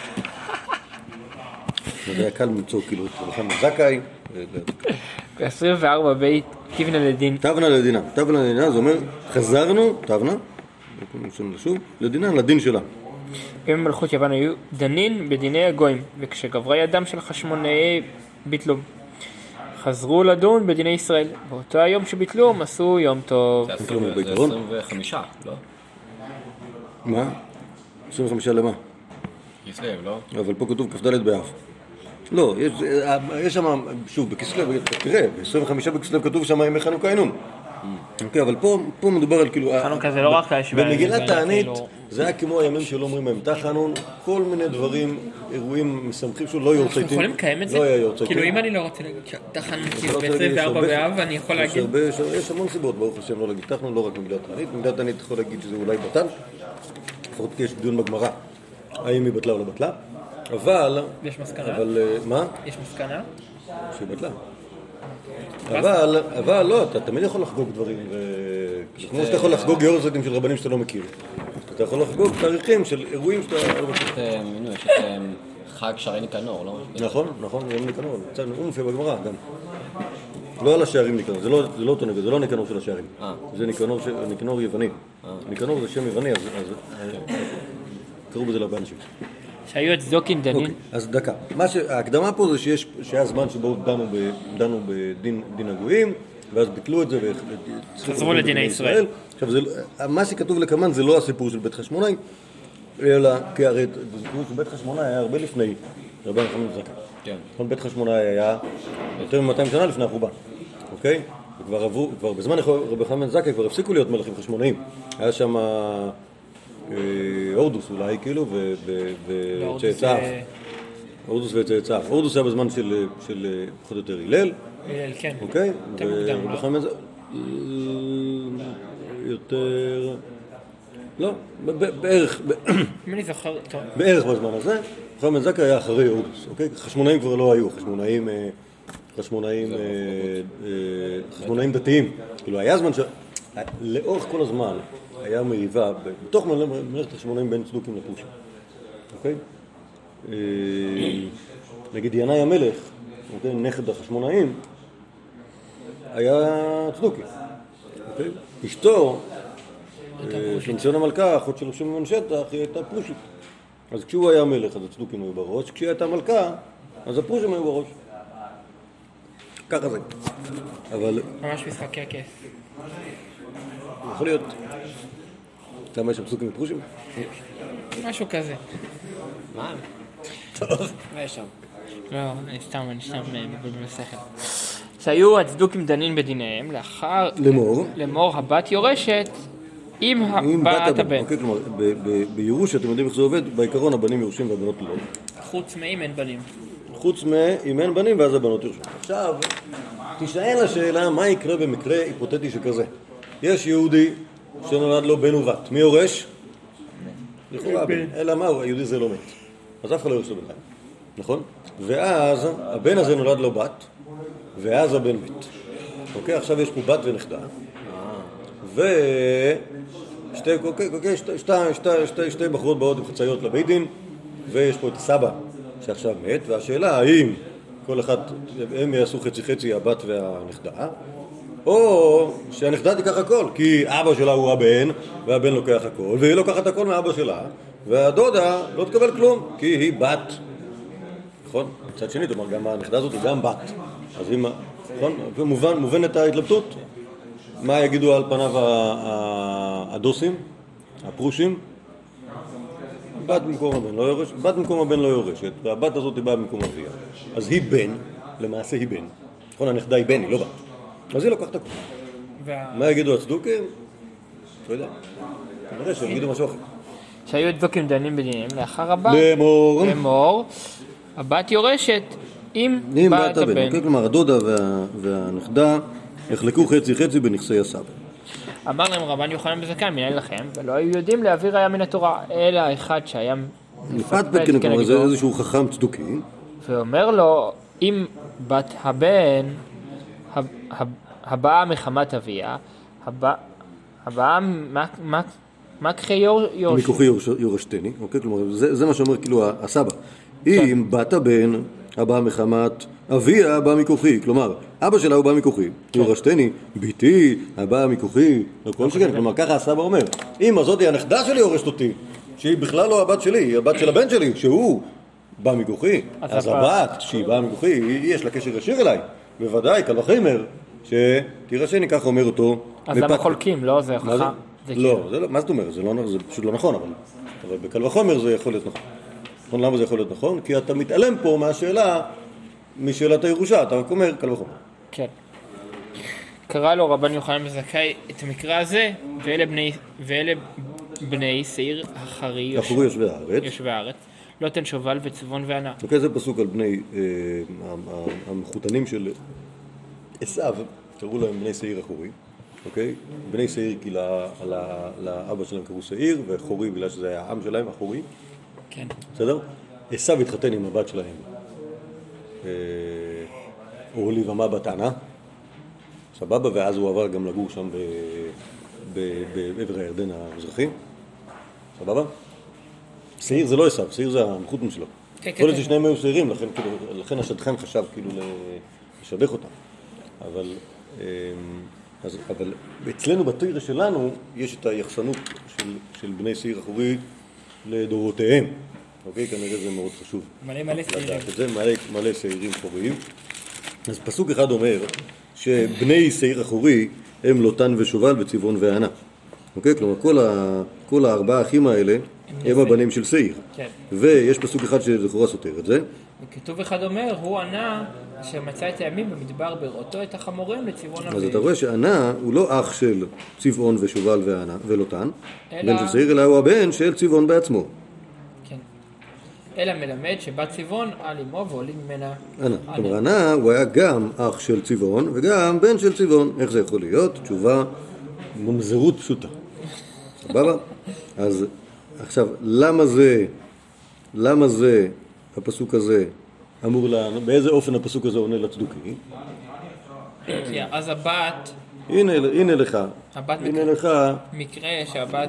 זה היה קל למצוא כאילו את רבן זכאי. ב-עשרים וארבע בית תבנה לדין. תבנה לדינה. תבנה לדינה זה אומר חזרנו, תבנה, לדינה, לדין שלה. בימי מלכות יוון היו דנין בדיני הגויים, וכשגברה ידם של חשמונאי ביטלו. חזרו לדון בדיני ישראל. באותו היום שביטלו עשו יום טוב. זה עשרים וחמישה, לא? מה? עשרים וחמישה למה? כסלו, לא? אבל פה כתוב כ"ד באב. לא, יש, יש שם, שוב, בכסלו, תראה, ב-עשרים וחמישה בכסלו כתוב שם ימי חנוכה אינון. אוקיי, אבל פה, פה מדובר על כאילו... חנוכה זה לא רק להשוואה. במגילת תענית, זה היה כמו הימים שלא אומרים בהם תחנון, כל מיני דברים, אירועים משמחים שהוא לא יורצייתים. אנחנו יכולים לקיים את זה? לא היה יורצייתים. כאילו אם אני לא רוצה להגיד תחנון כאילו ב-עשרים וארבע באב, אני יכול להגיד... יש המון סיבות, ברוך השם, לא להגיד תחנון, לא רק במגילת תענית. במגילת תענית יכול להגיד שזה אולי בטל, לפחות כי יש דיון בגמרא, האם היא בטלה או לא בטלה. אבל... יש מסקנה? אבל מה? יש מסקנה? שהיא בטלה. אבל, אבל לא, אתה תמיד יכול לחגוג דברים, כמו שאתה יכול לחגוג יורצייטים של רבנים שאתה לא מכיר. אתה יכול לחגוג תאריכים של אירועים שאתה לא מכיר. יש את חג שערי ניקנור, לא? נכון, נכון, יום ניקנור, הוא מופיע בגמרא גם. לא על השערים ניקנור, זה לא אותו נגד, זה לא ניקנור של השערים. זה ניקנור יווני. ניקנור זה שם יווני, אז קראו בזה להרבה אנשים. שהיו את צדוקים דנים. אז דקה. ההקדמה פה זה שיש, שהיה זמן שבו דנו, ב, דנו בדין הגויים, ואז ביטלו את זה חזרו לדיני ישראל. עכשיו, זה, מה שכתוב לקמן זה לא הסיפור של בית חשמונאי, אלא כי הרי הסיפור של בית חשמונאי היה הרבה לפני רבי נחמן זקאי. כן. בית חשמונאי היה יותר מ-מאתיים שנה לפני החורבן, אוקיי? וכבר עברו, כבר בזמן רבי נחמן זקאי כבר הפסיקו להיות מלכים חשמונאים. היה שם הורדוס אולי, כאילו, וצאצאיו. הורדוס וצאצאיו. הורדוס היה בזמן של, פחות או יותר, הלל. הלל, כן. אוקיי? ובחמד זה... יותר... לא, בערך... אם אני זוכר, טוב. בערך בזמן הזה. בחמד זקאי היה אחרי הורדוס, אוקיי? חשמונאים כבר לא היו, חשמונאים... חשמונאים... חשמונאים דתיים. כאילו, היה זמן ש... לאורך כל הזמן היה מריבה, בתוך מלאכת החשמונאים בין צדוקים לפושים. אוקיי? נגיד ינאי המלך, אוקיי, נכד החשמונאים, היה צדוקי. אוקיי? אשתו, שמשון המלכה, אחות של שומרון שטח, היא הייתה פושית. אז כשהוא היה מלך, אז הצדוקים היו בראש, כשהיא הייתה מלכה, אז הפושים היו בראש. ככה זה. אבל... ממש משחקי הכיף. יכול להיות. למה יש שם פסוקים ופרושים? משהו כזה. מה? טוב. מה יש שם? לא, אני סתם, אני סתם מבלבל בשכל. שהיו הצדוקים דנים בדיניהם, לאחר... לאמור. לאמור הבת יורשת עם הבת הבן. אוקיי, כלומר, בירוש, אתם יודעים איך זה עובד, בעיקרון הבנים יורשים והבנות לא. חוץ מאם אין בנים. חוץ מאם אין בנים ואז הבנות יורשים. עכשיו, תשאל השאלה מה יקרה במקרה היפותטי שכזה. יש יהודי שנולד לו בן ובת. מי יורש? לכאורה הבן. אלא מה? היהודי זה לא מת. אז אף אחד לא יורש לו בינתיים. נכון? ואז הבן הזה נולד לו בת, ואז הבן מת. אוקיי, עכשיו יש פה בת ונכדה. ושתי אוקיי, אוקיי, שתי, שתי, שתי, שתי בחורות באות עם חצאיות לבית דין, ויש פה את הסבא שעכשיו מת, והשאלה האם כל אחד, הם יעשו חצי חצי, הבת והנכדה, או שהנכדה תיקח הכל, כי אבא שלה הוא הבן, והבן לוקח הכל, והיא לוקחת הכל מאבא שלה, והדודה לא תקבל כלום, כי היא בת. נכון? מצד שני, זאת אומרת, גם הנכדה הזאת היא גם בת. אז אם, נכון? מובן, מובן את ההתלבטות. מה יגידו על פניו הדוסים, הפרושים? בת במקום הבן לא יורש, בת במקום הבן לא יורשת, והבת הזאת היא באה במקום אביה. אז היא בן, למעשה היא בן. נכון, הנכדה היא בן, היא לא בת. אז היא לוקחת הכל. מה יגידו הצדוקים? לא יודע. כנראה שהם יגידו משהו אחר. שהיו הצדוקים דנים בדינים, לאחר הבת, לאמור, לאמור, הבת יורשת עם בת הבן. כלומר, הדודה והנכדה החלקו חצי חצי בנכסי הסבא. אמר להם רבן יוחנן בן זכאי, מנין לכם, ולא היו יודעים להעביר ראיה מן התורה, אלא אחד שהיה נפת כנגדו, זה איזשהו חכם צדוקי. ואומר לו, אם בת הבן הבאה מחמת אביה, הבאה מה קחי יורש? מכוחי יורשתני, אוקיי? כלומר, זה מה שאומר כאילו הסבא. אם בת הבן הבאה מחמת אביה הבאה מכוחי, כלומר, אבא שלה הוא בא מכוחי, יורשתני, ביתי הבאה מכוחי, כל שכן, כלומר, ככה הסבא אומר, אם הזאת היא הנכדה שלי יורשת אותי, שהיא בכלל לא הבת שלי, היא הבת של הבן שלי, שהוא בא מכוחי, אז הבת שהיא באה מכוחי, יש לה קשר ישיר אליי, בוודאי, קל וחומר, שתירשני, ככה אומר אותו. אז למה חולקים, לא? זה הוכחה? לא, מה זאת אומרת? זה פשוט לא נכון, אבל בקל וחומר זה יכול להיות נכון. למה זה יכול להיות נכון? כי אתה מתעלם פה מהשאלה, משאלת הירושה, אתה רק אומר קל וחומר. כן. קרא לו רבן יוחנן בן זכאי את המקרא הזה, ואלה בני, ואלה בני שעיר החרי אחורי יושבי הארץ. יושבי הארץ. לא תן שובל וצבון וענה. אוקיי, זה פסוק על בני אה, המחותנים של עשיו, קראו להם בני שעיר אחורי. אוקיי? בני שעיר כי לא, לא, לאבא שלהם קראו שעיר, וחורי בגלל שזה היה העם שלהם, אחורי. כן. בסדר? עשיו התחתן עם הבת שלהם. אה, אורלי ומה בתענה. סבבה, ואז הוא עבר גם לגור שם בעבר הירדן המזרחי. סבבה? שעיר זה לא עשיו, שעיר זה המחותן שלו. כל איזה שניהם היו שעירים, לכן, כאילו, לכן השדכן חשב כאילו לשדך אותם. אבל, אז, אבל אצלנו בתורה שלנו יש את היחסנות של, של בני שעיר אחורי לדורותיהם. אוקיי? כנראה זה מאוד חשוב. מלא מלא שעירים. זה מלא, מלא שעירים אחוריים. אז פסוק אחד אומר שבני שעיר אחורי הם לוטן ושובל וצבעון וענה. אוקיי? כלומר, כל, ה, כל הארבעה האחים האלה הם הבנים של שעיר. כן. ויש פסוק אחד שלכאורה סותר את זה. וכתוב אחד אומר, הוא ענה שמצא את הימים במדבר בראותו את החמורים לצבעון אביו. אז אתה רואה שענה הוא לא אח של צבעון ושובל וענה ולוטן, בן של שעיר, אלא הוא הבן של צבעון בעצמו. כן. אלא מלמד שבת צבעון על אמו והוליד ממנה ענה. כלומר, ענה הוא היה גם אח של צבעון וגם בן של צבעון. איך זה יכול להיות? תשובה ממזרות פשוטה. סבבה? אז עכשיו, למה זה, למה זה, הפסוק הזה, אמור לה, באיזה אופן הפסוק הזה עונה לצדוקי? כי אז הבת, הנה, הנה לך, הבת הנה לך, מקרה שהבת,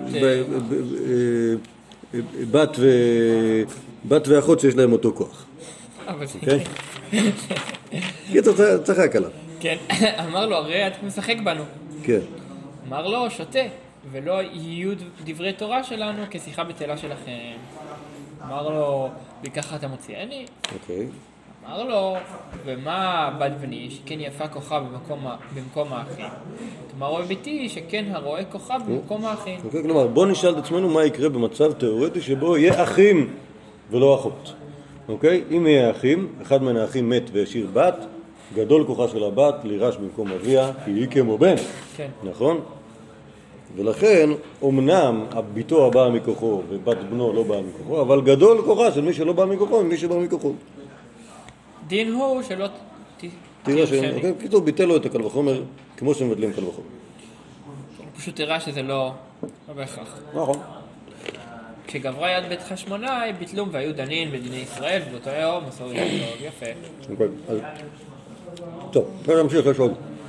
בת ו... בת ואחות שיש להם אותו כוח. אבל זה... אוקיי? קיצור, צחק עליו. כן, אמר לו, הרי אתה משחק בנו. כן. אמר לו, שותה, ולא יהיו דברי תורה שלנו כשיחה בטלה שלכם. אמר לו, וככה אתה מוציאני? אוקיי. אמר לו, ומה בת בני שכן יפה כוחה במקום, במקום האחים? כלומר, רואה ביתי שכן הרואה כוחה במקום האחים. אוקיי, כלומר, בוא נשאל את עצמנו מה יקרה במצב תיאורטי שבו יהיה אחים ולא אחות. אוקיי? אם יהיה אחים, אחד מן האחים מת והשאיר בת, גדול כוחה של הבת לירש במקום אביה, כי היא כמו בן. כן. נכון? ולכן, אמנם ביתו הבאה מכוחו ובת בנו לא באה מכוחו, אבל גדול כוחה של מי שלא בא מכוחו ומי שבא מכוחו. דין הוא שלא תראה שהם, אוקיי, פתאום ביטל לו את הקל וחומר כמו שמבטלים קל וחומר. פשוט תראה שזה לא, לא בהכרח. נכון. כשגברה יד בית חשמונאי, ביטלום והיו דנין בדיני ישראל, ובאותו יום מסור יום טוב, יפה. אוקיי, אז... טוב, בואו נמשיך, יש עוד.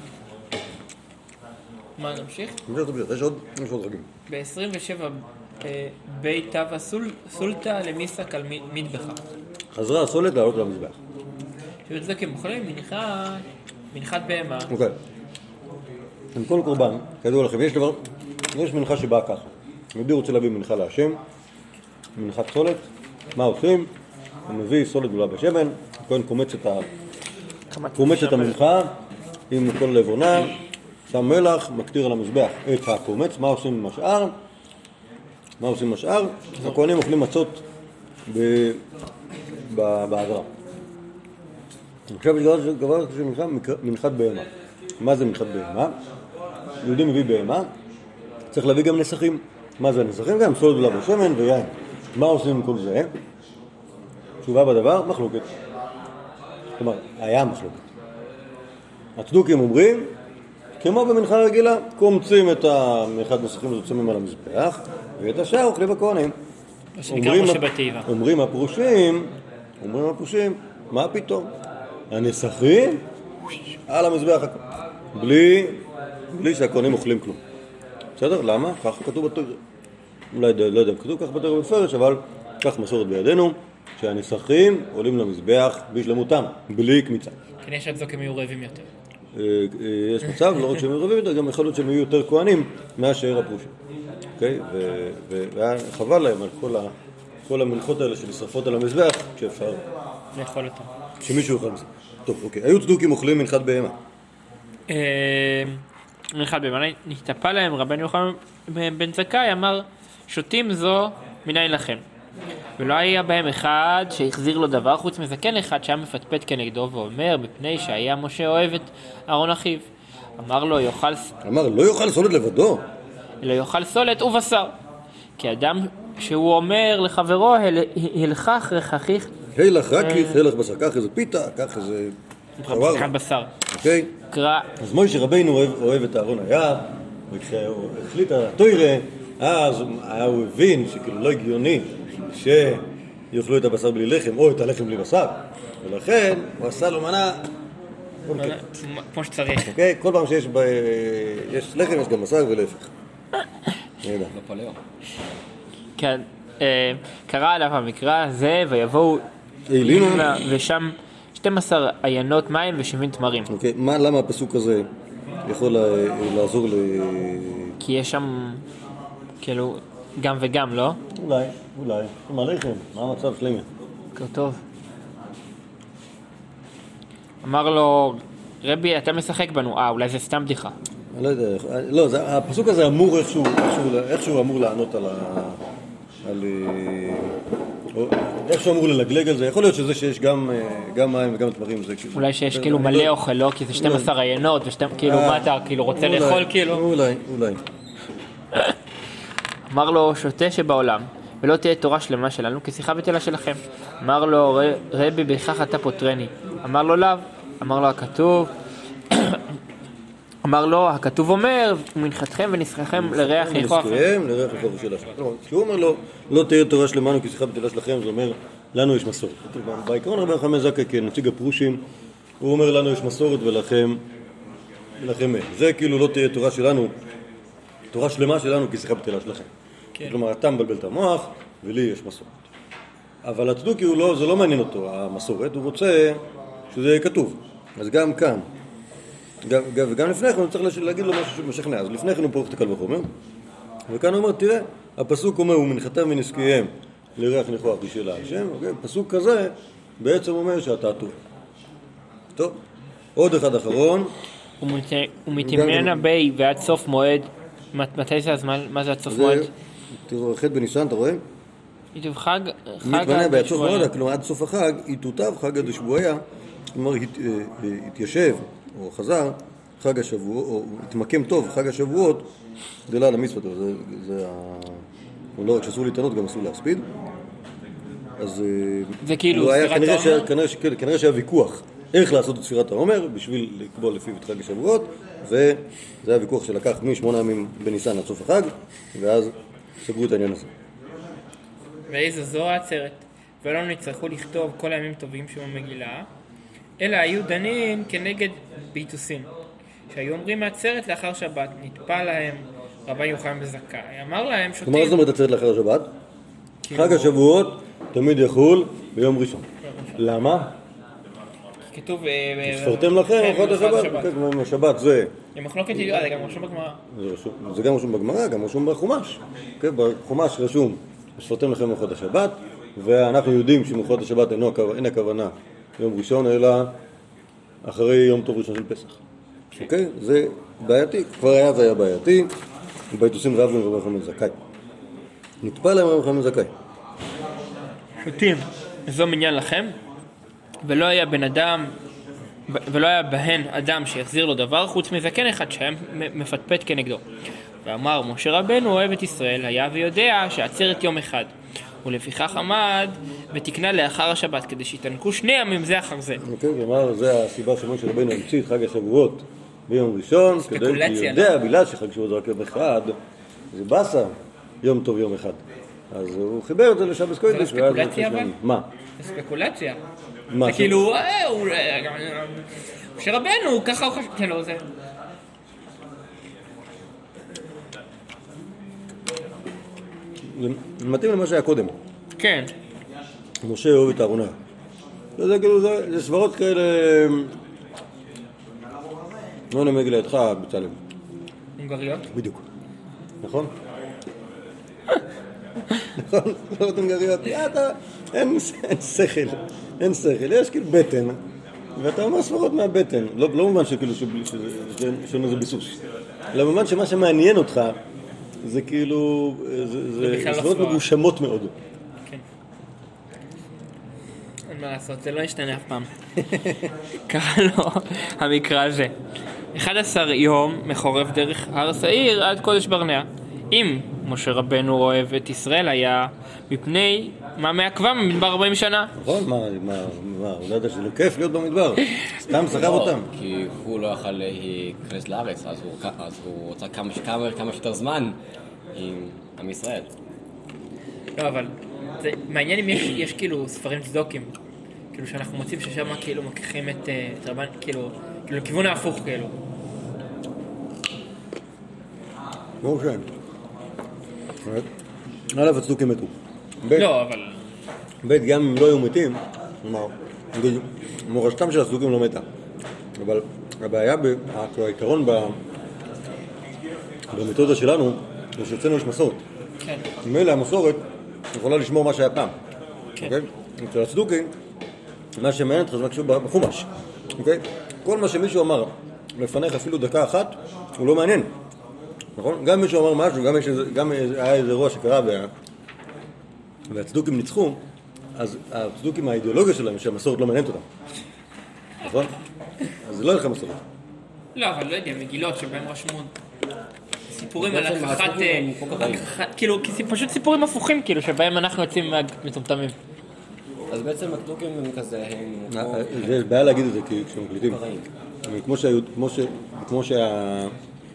מה נמשיך? נמשיך, נמשיך, יש עוד, יש עוד רגעים. ב-עשרים ושבע בית תווה סולטה למיסק על מטבחה. חזרה הסולת לעלות למזבח. שבט זה כמוכלים מניחה, מנחת בהמה. אוקיי. עם כל קורבן, כדוע לכם, יש דבר, יש מנחה שבאה ככה. יהודי רוצה להביא מנחה להשם, מנחת סולת, מה עושים? הוא מביא סולת גדולה בשמן, הכהן קומץ את, ה... קומץ את המנחה עם כל לבונה, שם מלח, מקטיר על המזבח את הקומץ, מה עושים עם השאר? מה עושים עם השאר? הכהנים אוכלים מצות ב... ב... בעזרה. עכשיו יש דבר שנקרא מנחת בהמה. מה זה מנחת בהמה? יהודי מביא בהמה, צריך להביא גם נסכים. מה זה הנסכים? גם סולת גדולה בשמן ויין. מה עושים עם כל זה? תשובה בדבר, מחלוקת. כלומר, היה מחלוקת. הצדוקים אומרים, כמו במנחה רגילה, קומצים את המנחת נסכים וזוצמים על המזבח, ואת השאר אוכלים הכהנים. מה שנקרא משה בתיבה. אומרים הפרושים, אומרים הפרושים, מה פתאום? הנסכים על המזבח, בלי, בלי שהכהנים אוכלים כלום. בסדר? למה? כך כתוב בתורה. אולי לא יודע, כתוב כך בתורה בפרש, אבל כך מסורת בידינו, שהנסכים עולים למזבח בשלמותם, בלי קמיצה. כנראה שהצדוקים יהיו רעבים יותר. יש מצב, לא רק שהם יהיו רעבים יותר, גם יכול להיות שהם יהיו יותר כהנים מהשאר הפרושים. אוקיי? והיה חבל להם על כל ה... כל המנחות האלה שנשרפות על המזבח, כשאפשר... לאכול אותם. שמישהו יאכל מזה. טוב, אוקיי. היו צדוקים אוכלים מנחת בהמה. מנחת בהמה. נתאפה להם רבן יוחנן בן זכאי, אמר, שותים זו מנין לכם. ולא היה בהם אחד שהחזיר לו דבר, חוץ מזקן אחד שהיה מפטפט כנגדו, ואומר, מפני שהיה משה אוהב את אהרון אחיו. אמר לו יאכל, אמר, לא יאכל סולת לבדו. אלא יאכל סולת ובשר. כי אדם שהוא אומר לחברו, "הל- הלכך רככיך הילך רקיך, הילך בשר, קח איזה פיתה, קח איזה חווארה. חתיכת בשר. אוקיי? קרא, אז מוישה רבינו אוהב, אוהב את אהרון היער, וכשהוא החליט על התוירה, אז הוא הבין שכאילו לא הגיוני שיאכלו את הבשר בלי לחם, או את הלחם בלי בשר. ולכן הוא עשה לו מנה, אוקיי. כמו שצריך. אוקיי? כל פעם שיש ב... יש לחם, יש גם בשר ולהפך. נדע. לא פלאו. כן, אה, קרא עליו המקרא הזה, ויבואו אלינו. ושם שתים עשרה עיינות מים ושבעים תמרים. אוקיי, מה, למה הפסוק הזה יכול לה- לעזור ל... כי יש שם, כאילו, גם וגם, לא? אולי, אולי. מה לחם? מה המצב שלמה? בוקר טוב. אמר לו, רבי, אתה משחק בנו. אה, אולי זה סתם בדיחה. אני לא יודע, לא, זה, הפסוק הזה אמור איכשהו, איכשהו, איכשהו אמור לענות על ה... על... או, איכשהו אמור ללגלג על זה. יכול להיות שזה שיש גם, גם מים וגם תמרים. זה כאילו... אולי שיש זה, כאילו אני מלא לא... אוכל, לא? כי זה שתים עשרה עיינות, ושתים, כאילו, אה, מה אתה כאילו רוצה אולי, לאכול, כאילו? אולי, אולי. אמר לו, שוטה שבעולם, ולא תהיה תורה שלמה שלנו, כשיחה בטלה שלכם. אמר לו, "ר- רבי, בכך אתה פוטרני." אמר לו, לאו. אמר לו, הכתוב, אמר לו, הכתוב אומר, ומנחתכם ונסחכם לריח ניחוח. נזכיהם לריח ניחוח שלה. כשהוא אומר לו, לא תהיה תורה שלמנו כשיחה בטלה שלכם, זה אומר, לנו יש מסורת. בעיקרון רבי יוחנן בן זכאי כנציג הפרושים, הוא אומר, לנו יש מסורת ולכם, ולכם אין. זה כאילו לא תהיה תורה שלנו, תורה שלמה שלנו כשיחה בטלה שלכם. כלומר, אתה מבלבל את המוח, ולי יש מסורת. אבל הצדוקי הוא לא, זה לא מעניין אותו, המסורת, הוא רוצה שזה יהיה כתוב. אז גם כאן, גם, גם, וגם לפני כן הוא צריך להגיד לו משהו שמשכנע. אז לפני כן הוא פורח את הקל וחומר, וכאן הוא אומר, תראה, הפסוק אומר, ומנחתם ונזכיהם לריח ניחוח בשביל השם, אוקיי? פסוק כזה בעצם אומר שאתה טועה. טוב, עוד אחד אחרון. ומתמנה בי ועד סוף מועד, מתי זה הזמן? מה זה עד סוף מועד? תראו, ח' בניסן, אתה רואה? עיטוב חג, חג מתמנה בעד עד סוף שבועיה. מועד, כלומר עד סוף החג, יתותב חג עד השבועיה, כלומר הת- אה, התיישב או חזר חג השבועות, או התמקם טוב חג השבועות, דלה למצוות, זה, זה ה... הוא לא רק שאסור להתענות, גם אסור להספיד. אז זה כאילו הוא היה- ספירת כנראה העומר? ש- כנראה ש- כן, כנראה שהיה ויכוח איך לעשות את ספירת העומר בשביל לקבוע לפיו את חג השבועות, וזה היה ויכוח שלקח משמונה ימים בניסן עד סוף החג, ואז סגרו את העניין הזה. ואיזו זו העצרת, ולא נצטרכו לכתוב כל הימים טובים שבמגילה, אלא היו דנים כנגד ביטוסין, שהיו אומרים העצרת לאחר שבת, נטפל להם רבי יוחנן בן זכאי, אמר להם כלומר, זאת שותים, אומרת עצרת לאחר השבת? כאילו- חג השבועות תמיד יחול ביום ראשון. למה? כתוב, אה, ספרתם לכם כן, ארוחות בהלכות השבת. כן, כמו עם השבת זה... למחלוקת ידועה, זה גם רשום בגמרא. זה רשום- זה גם רשום בגמרא, גם רשום בחומש. כן, בחומש רשום, ספרתם לכם ארוחות השבת, ואנחנו יודעים שמארוחות השבת אינו הכו- אין הכוונה יום ראשון, אלא אחרי יום טוב ראשון של פסח. אוקיי? זה בעייתי, כבר היה זה היה בעייתי, ביתוסים רב עם רבי יוחנן בן זכאי. נטפל להם רבי יוחנן בן זכאי. שותים, זו מניין לכם, ולא היה בן אדם, ולא היה בהן אדם שיחזיר לו דבר חוץ מזקן אחד שהיה מפטפט כנגדו. ואמר משה רבנו אוהב את ישראל, היה ויודע שעצרת יום אחד, ולפיכך עמד ותקנה לאחר השבת, כדי שיתענקו שני ימים זה אחר זה. אוקיי, כלומר, זה הסיבה שמשה רבנו המציא את חג השבועות ביום ראשון, כדי שהוא ספקולציה, יודע, בגלל שחג שבועות זה רק יום אחד, זה בסה, יום טוב יום אחד. אז הוא חיבר את זה לשבס קודש. זה לא ספקולציה אבל? מה? זה ספקולציה. מה? זה כאילו, אה, הוא... משה רבנו, ככה הוא חושב, כן, לא, זה... זה מתאים למה שהיה קודם. כן. משה אוהב את אהרונה. זה כאילו, זה זה סברות כאלה... לא נמג לידך בצלם. הונגריות? בדיוק. נכון? נכון? סברות הונגריות. יא, אתה... אין אין שכל. אין שכל. יש כאילו בטן. ואתה אומר סברות מהבטן. לא לא במובן שכאילו שבלי- שזה- שזה- שאין לזה ביסוס. אלא במובן שמה שמעניין אותך זה כאילו... זה- זה בכלל לא סברות סברה. מגושמות מאוד. כן. אין מה לעשות, זה לא ישתנה אף פעם. קרא לו המקרא הזה. אחד עשר יום מחורף דרך הר שעיר עד קודש ברנע. אם משה רבנו אוהב את ישראל היה מפני מה מעכבם במדבר ארבעים שנה. נכון, מה, מה, מה, הוא לא יודע שזה לא כיף להיות במדבר, סתם סחב אותם. כי הוא לא יכל להיכנס לארץ, אז הוא, אז הוא רוצה כמה, כמה, כמה שיותר זמן עם עם ישראל. לא, אבל זה מעניין אם יש, יש כאילו ספרים צדוקים, כאילו שאנחנו מוצאים ששם כאילו מקחים את, את רבן, כאילו, כאילו לכיוון ההפוך כאילו. ברור שאין. א' הצדוקים מתו. לא, אבל... ב' גם אם לא היו מתים, כלומר, מורשתם של הצדוקים לא מתה. אבל הבעיה, העיקרון במתודה שלנו, זה שאצלנו יש מסורת. כן. מילא המסורת יכולה לשמור מה שהיה פעם. כן. אוקיי? אצל הצדוקים, מה שמעניין אותך זה מה קשור בחומש. אוקיי? כל מה שמישהו אמר לפניך אפילו דקה אחת, הוא לא מעניין. נכון? גם מישהו אמר משהו, גם, יש, גם היה איזה אירוע שקרה וה... והצדוקים ניצחו, אז הצדוקים האידיאולוגיה שלהם שהמסורת לא מעניינת אותם. נכון? אז זה לא ילך המסורת. לא, אבל לא יודע, מגילות שבהם רשמו סיפורים על הכחת... כאילו, פשוט סיפורים הפוכים, כאילו, שבהם אנחנו יוצאים מטומטמים. אז בעצם הצדוקים הם כזה, הם... זה בעיה להגיד את זה כשמקליטים. כמו שהיו, כמו ש... כמו שה...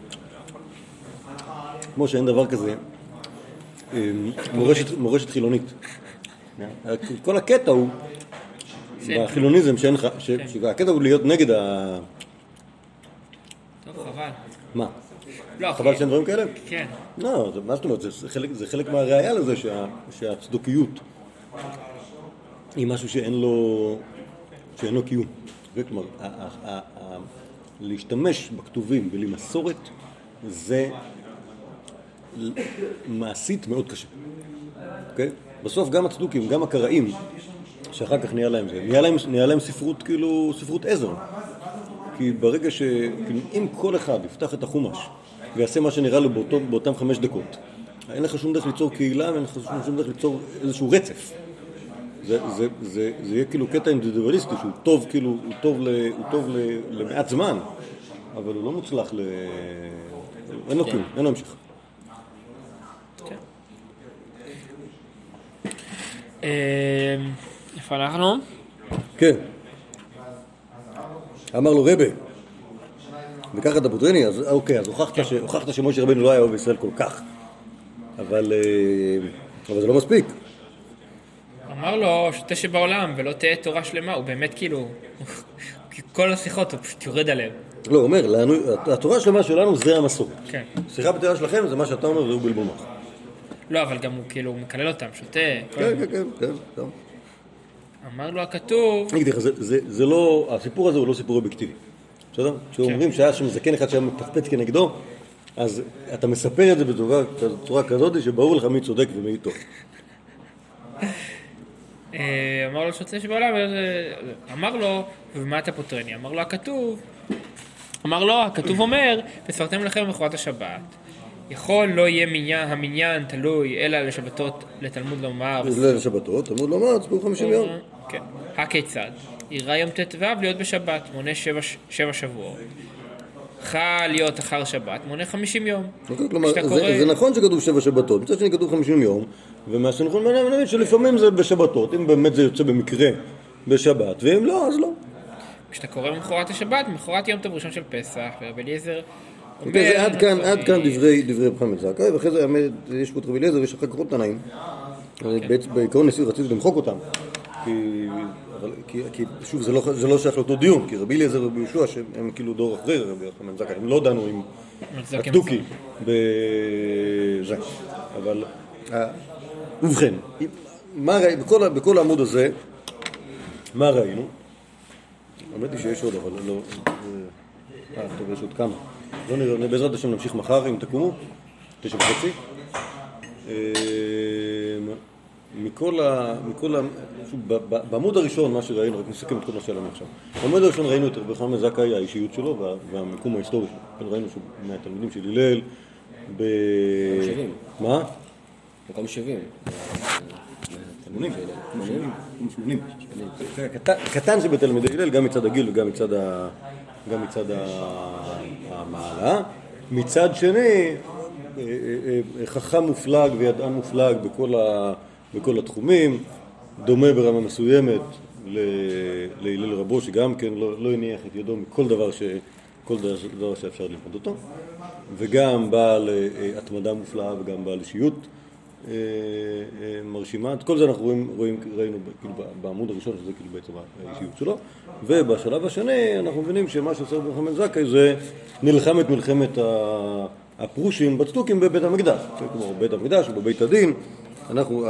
כמו שאין דבר כזה, מורשת, מורשת חילונית. כל הקטע הוא, בחילוניזם שאין לך, שהקטע הוא להיות נגד ה... טוב, חבל. מה? לא, חבל שאין דברים כאלה? כן. לא, מה זאת אומרת, זה חלק מהראייה לזה שהצדוקיות היא משהו שאין לו, שאין לו קיום. כלומר, להשתמש בכתובים בלי מסורת זה מעשית מאוד קשה. אוקיי? בסוף גם הצדוקים, גם הקראים, שאחר כך נהיה להם זה, נהיה להם, נהיה להם ספרות, כאילו, ספרות עזר. כי ברגע ש... כאילו, אם כל אחד יפתח את החומש ויעשה מה שנראה לו באותו, באותם חמש דקות, אין לך שום דרך ליצור קהילה ואין לך שום דרך ליצור איזשהו רצף. זה, זה, זה, זה יהיה כאילו קטע אינדיבידואליסטי שהוא טוב, כאילו, הוא טוב, ל, הוא טוב ל, למעט זמן, אבל הוא לא מוצלח ל... אין לו כלום, אין לו המשך. איפה אנחנו? כן. אמר לו רבי, וככה אתה פוטרני, אז אוקיי, אז הוכחת שמשה רבנו לא היה אוהב ישראל כל כך, אבל זה לא מספיק. אמר לו שתה שבעולם ולא תהיה תורה שלמה, הוא באמת כאילו, כל השיחות הוא פשוט יורד עליהם. לא, הוא אומר, התורה שלמה שלנו זה המסורת. כן. שיחה בתורה שלכם זה מה שאתה אומר והוא בלבול מוח. לא, אבל גם הוא כאילו מקלל אותם, שותה. כן, כן, כן, כן, כן. אמר לו הכתוב... אני אגיד לך, זה לא, הסיפור הזה הוא לא סיפור אובייקטיבי. בסדר? כשאומרים שהיה שם זקן אחד שהיה מפטפט כנגדו, אז אתה מספר את זה בצורה כזאת שברור לך מי צודק ומי טוב. אמר לו שותה שבעולם, אמר לו, ומה אתה פוטרני? אמר לו הכתוב, אמר לו, הכתוב אומר, וספרתם לכם מחובת השבת. יכול לא יהיה מניין, המניין תלוי, אלא לשבתות, לתלמוד לומר. זה לשבתות, תלמוד לומר, צפור חמישים יום. כן. הכיצד? יראה יום ט"ו להיות בשבת, מונה שבע, שבע שבועות. חל להיות אחר שבת, מונה חמישים יום. כלומר, זה נכון שכתוב שבע שבתות, מצד שני כתוב חמישים יום, ומהסנכרון מנהל שלפעמים זה בשבתות, אם באמת זה יוצא במקרה בשבת, ואם לא, אז לא. כשאתה קורא ממחרת השבת, ממחרת יום טוב ראשון של פסח, ורבי אליעזר זה עד כאן, עד כאן דברי דברי רבי חמד זכאי, ואחרי זה יש פה את רבי אליעזר ויש אחר כך עוד תנאים. בעיקרון נשיא רציתי למחוק אותם, כי שוב זה לא שייך לאותו דיון, כי רבי אליעזר ורבי יהושע שהם כאילו דור אחרי רבי חמד זכאי, הם לא דנו עם הצדוקי בזה. אבל ובכן, בכל העמוד הזה, מה ראינו? אמרתי שיש עוד, אבל לא... אה, טוב, יש עוד כמה. לא נראה, בעזרת השם נמשיך מחר, אם תקומו, תשע וחצי. מכל ה... מכל ה... בעמוד הראשון, מה שראינו, רק נסכם את כל מה שלנו עכשיו. בעמוד הראשון ראינו את רבי חמד זכאי, האישיות שלו והמיקום ההיסטורי שלו. ראינו שהוא מהתלמידים של הלל ב... שבעים. מה? מקום שבעים. שמונים, שמונים. קטן שבתלמידי הלל, גם מצד הגיל וגם מצד ה... גם מצד המעלה. מצד שני, חכם מופלג וידען מופלג בכל, ה... בכל התחומים, דומה ברמה מסוימת להלל רבו, שגם כן לא, לא הניח את ידו מכל דבר, ש... כל דבר שאפשר ללמוד אותו, וגם בעל התמדה מופלאה וגם בעל אישיות מרשימה. את כל זה אנחנו רואים, רואים ראינו כאילו, בעמוד הראשון, שזה כאילו בעצם האישיות שלו, ובשלב השני אנחנו מבינים שמה שעושה רבי יוחנן בן זכאי זה נלחם את מלחמת הפרושים בצדוקים בבית המקדש, כלומר בית המקדש ובבית הדין. אנחנו,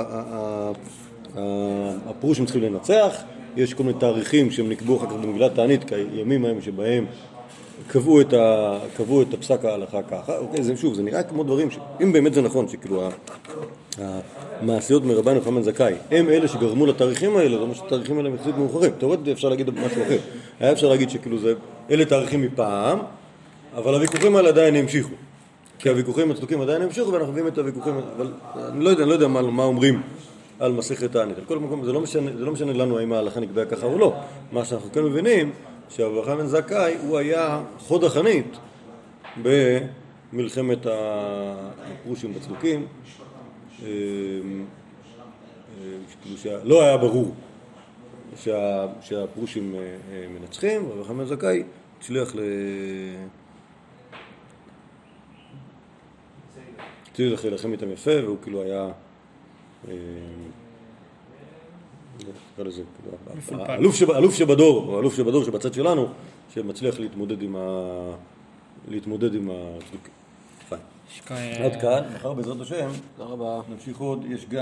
הפרושים צריכים לנצח, יש כל מיני תאריכים שהם נקבעו אחר כך במגילת תענית, כימים ההם שבהם קבעו את, ה, קבעו את הפסק ההלכה ככה. אוקיי, זה, שוב, זה נראה כמו דברים שאם באמת זה נכון שכאילו המעשיות מרבן יוחנן בן זכאי הם אלה שגרמו לתאריכים האלה, זאת אומרת שהתאריכים האלה הם יחסית מאוחרים. תאורטית אפשר להגיד משהו אחר. היה אפשר להגיד שכאילו זה, אלה תאריכים מפעם, אבל הוויכוחים האלה עדיין המשיכו. כי הוויכוחים הצדוקים עדיין המשיכו, ואנחנו מביאים את הוויכוחים, אבל אני לא יודע, אני לא יודע מה, מה אומרים על מסכת תענית. על כל מקום, זה לא משנה, זה לא משנה לנו האם ההלכה נקבעה ככה או לא. מה שאנחנו כן מבינים, שרבי יוחנן בן זכאי הוא היה חוד החנית במלחמת הפרושים בצדוקים, לא היה ברור שה, שהפרושים מנצחים, רבי יוחנן בן זכאי הצליח ל... הצליח להילחם איתם יפה, והוא כאילו היה... אלוף שבדור, או אלוף שבדור שבצד שלנו, שמצליח להתמודד עם ה... להתמודד עם הצדוקים. עד כאן, מחר בעזרת השם, נמשיך עוד, יש גם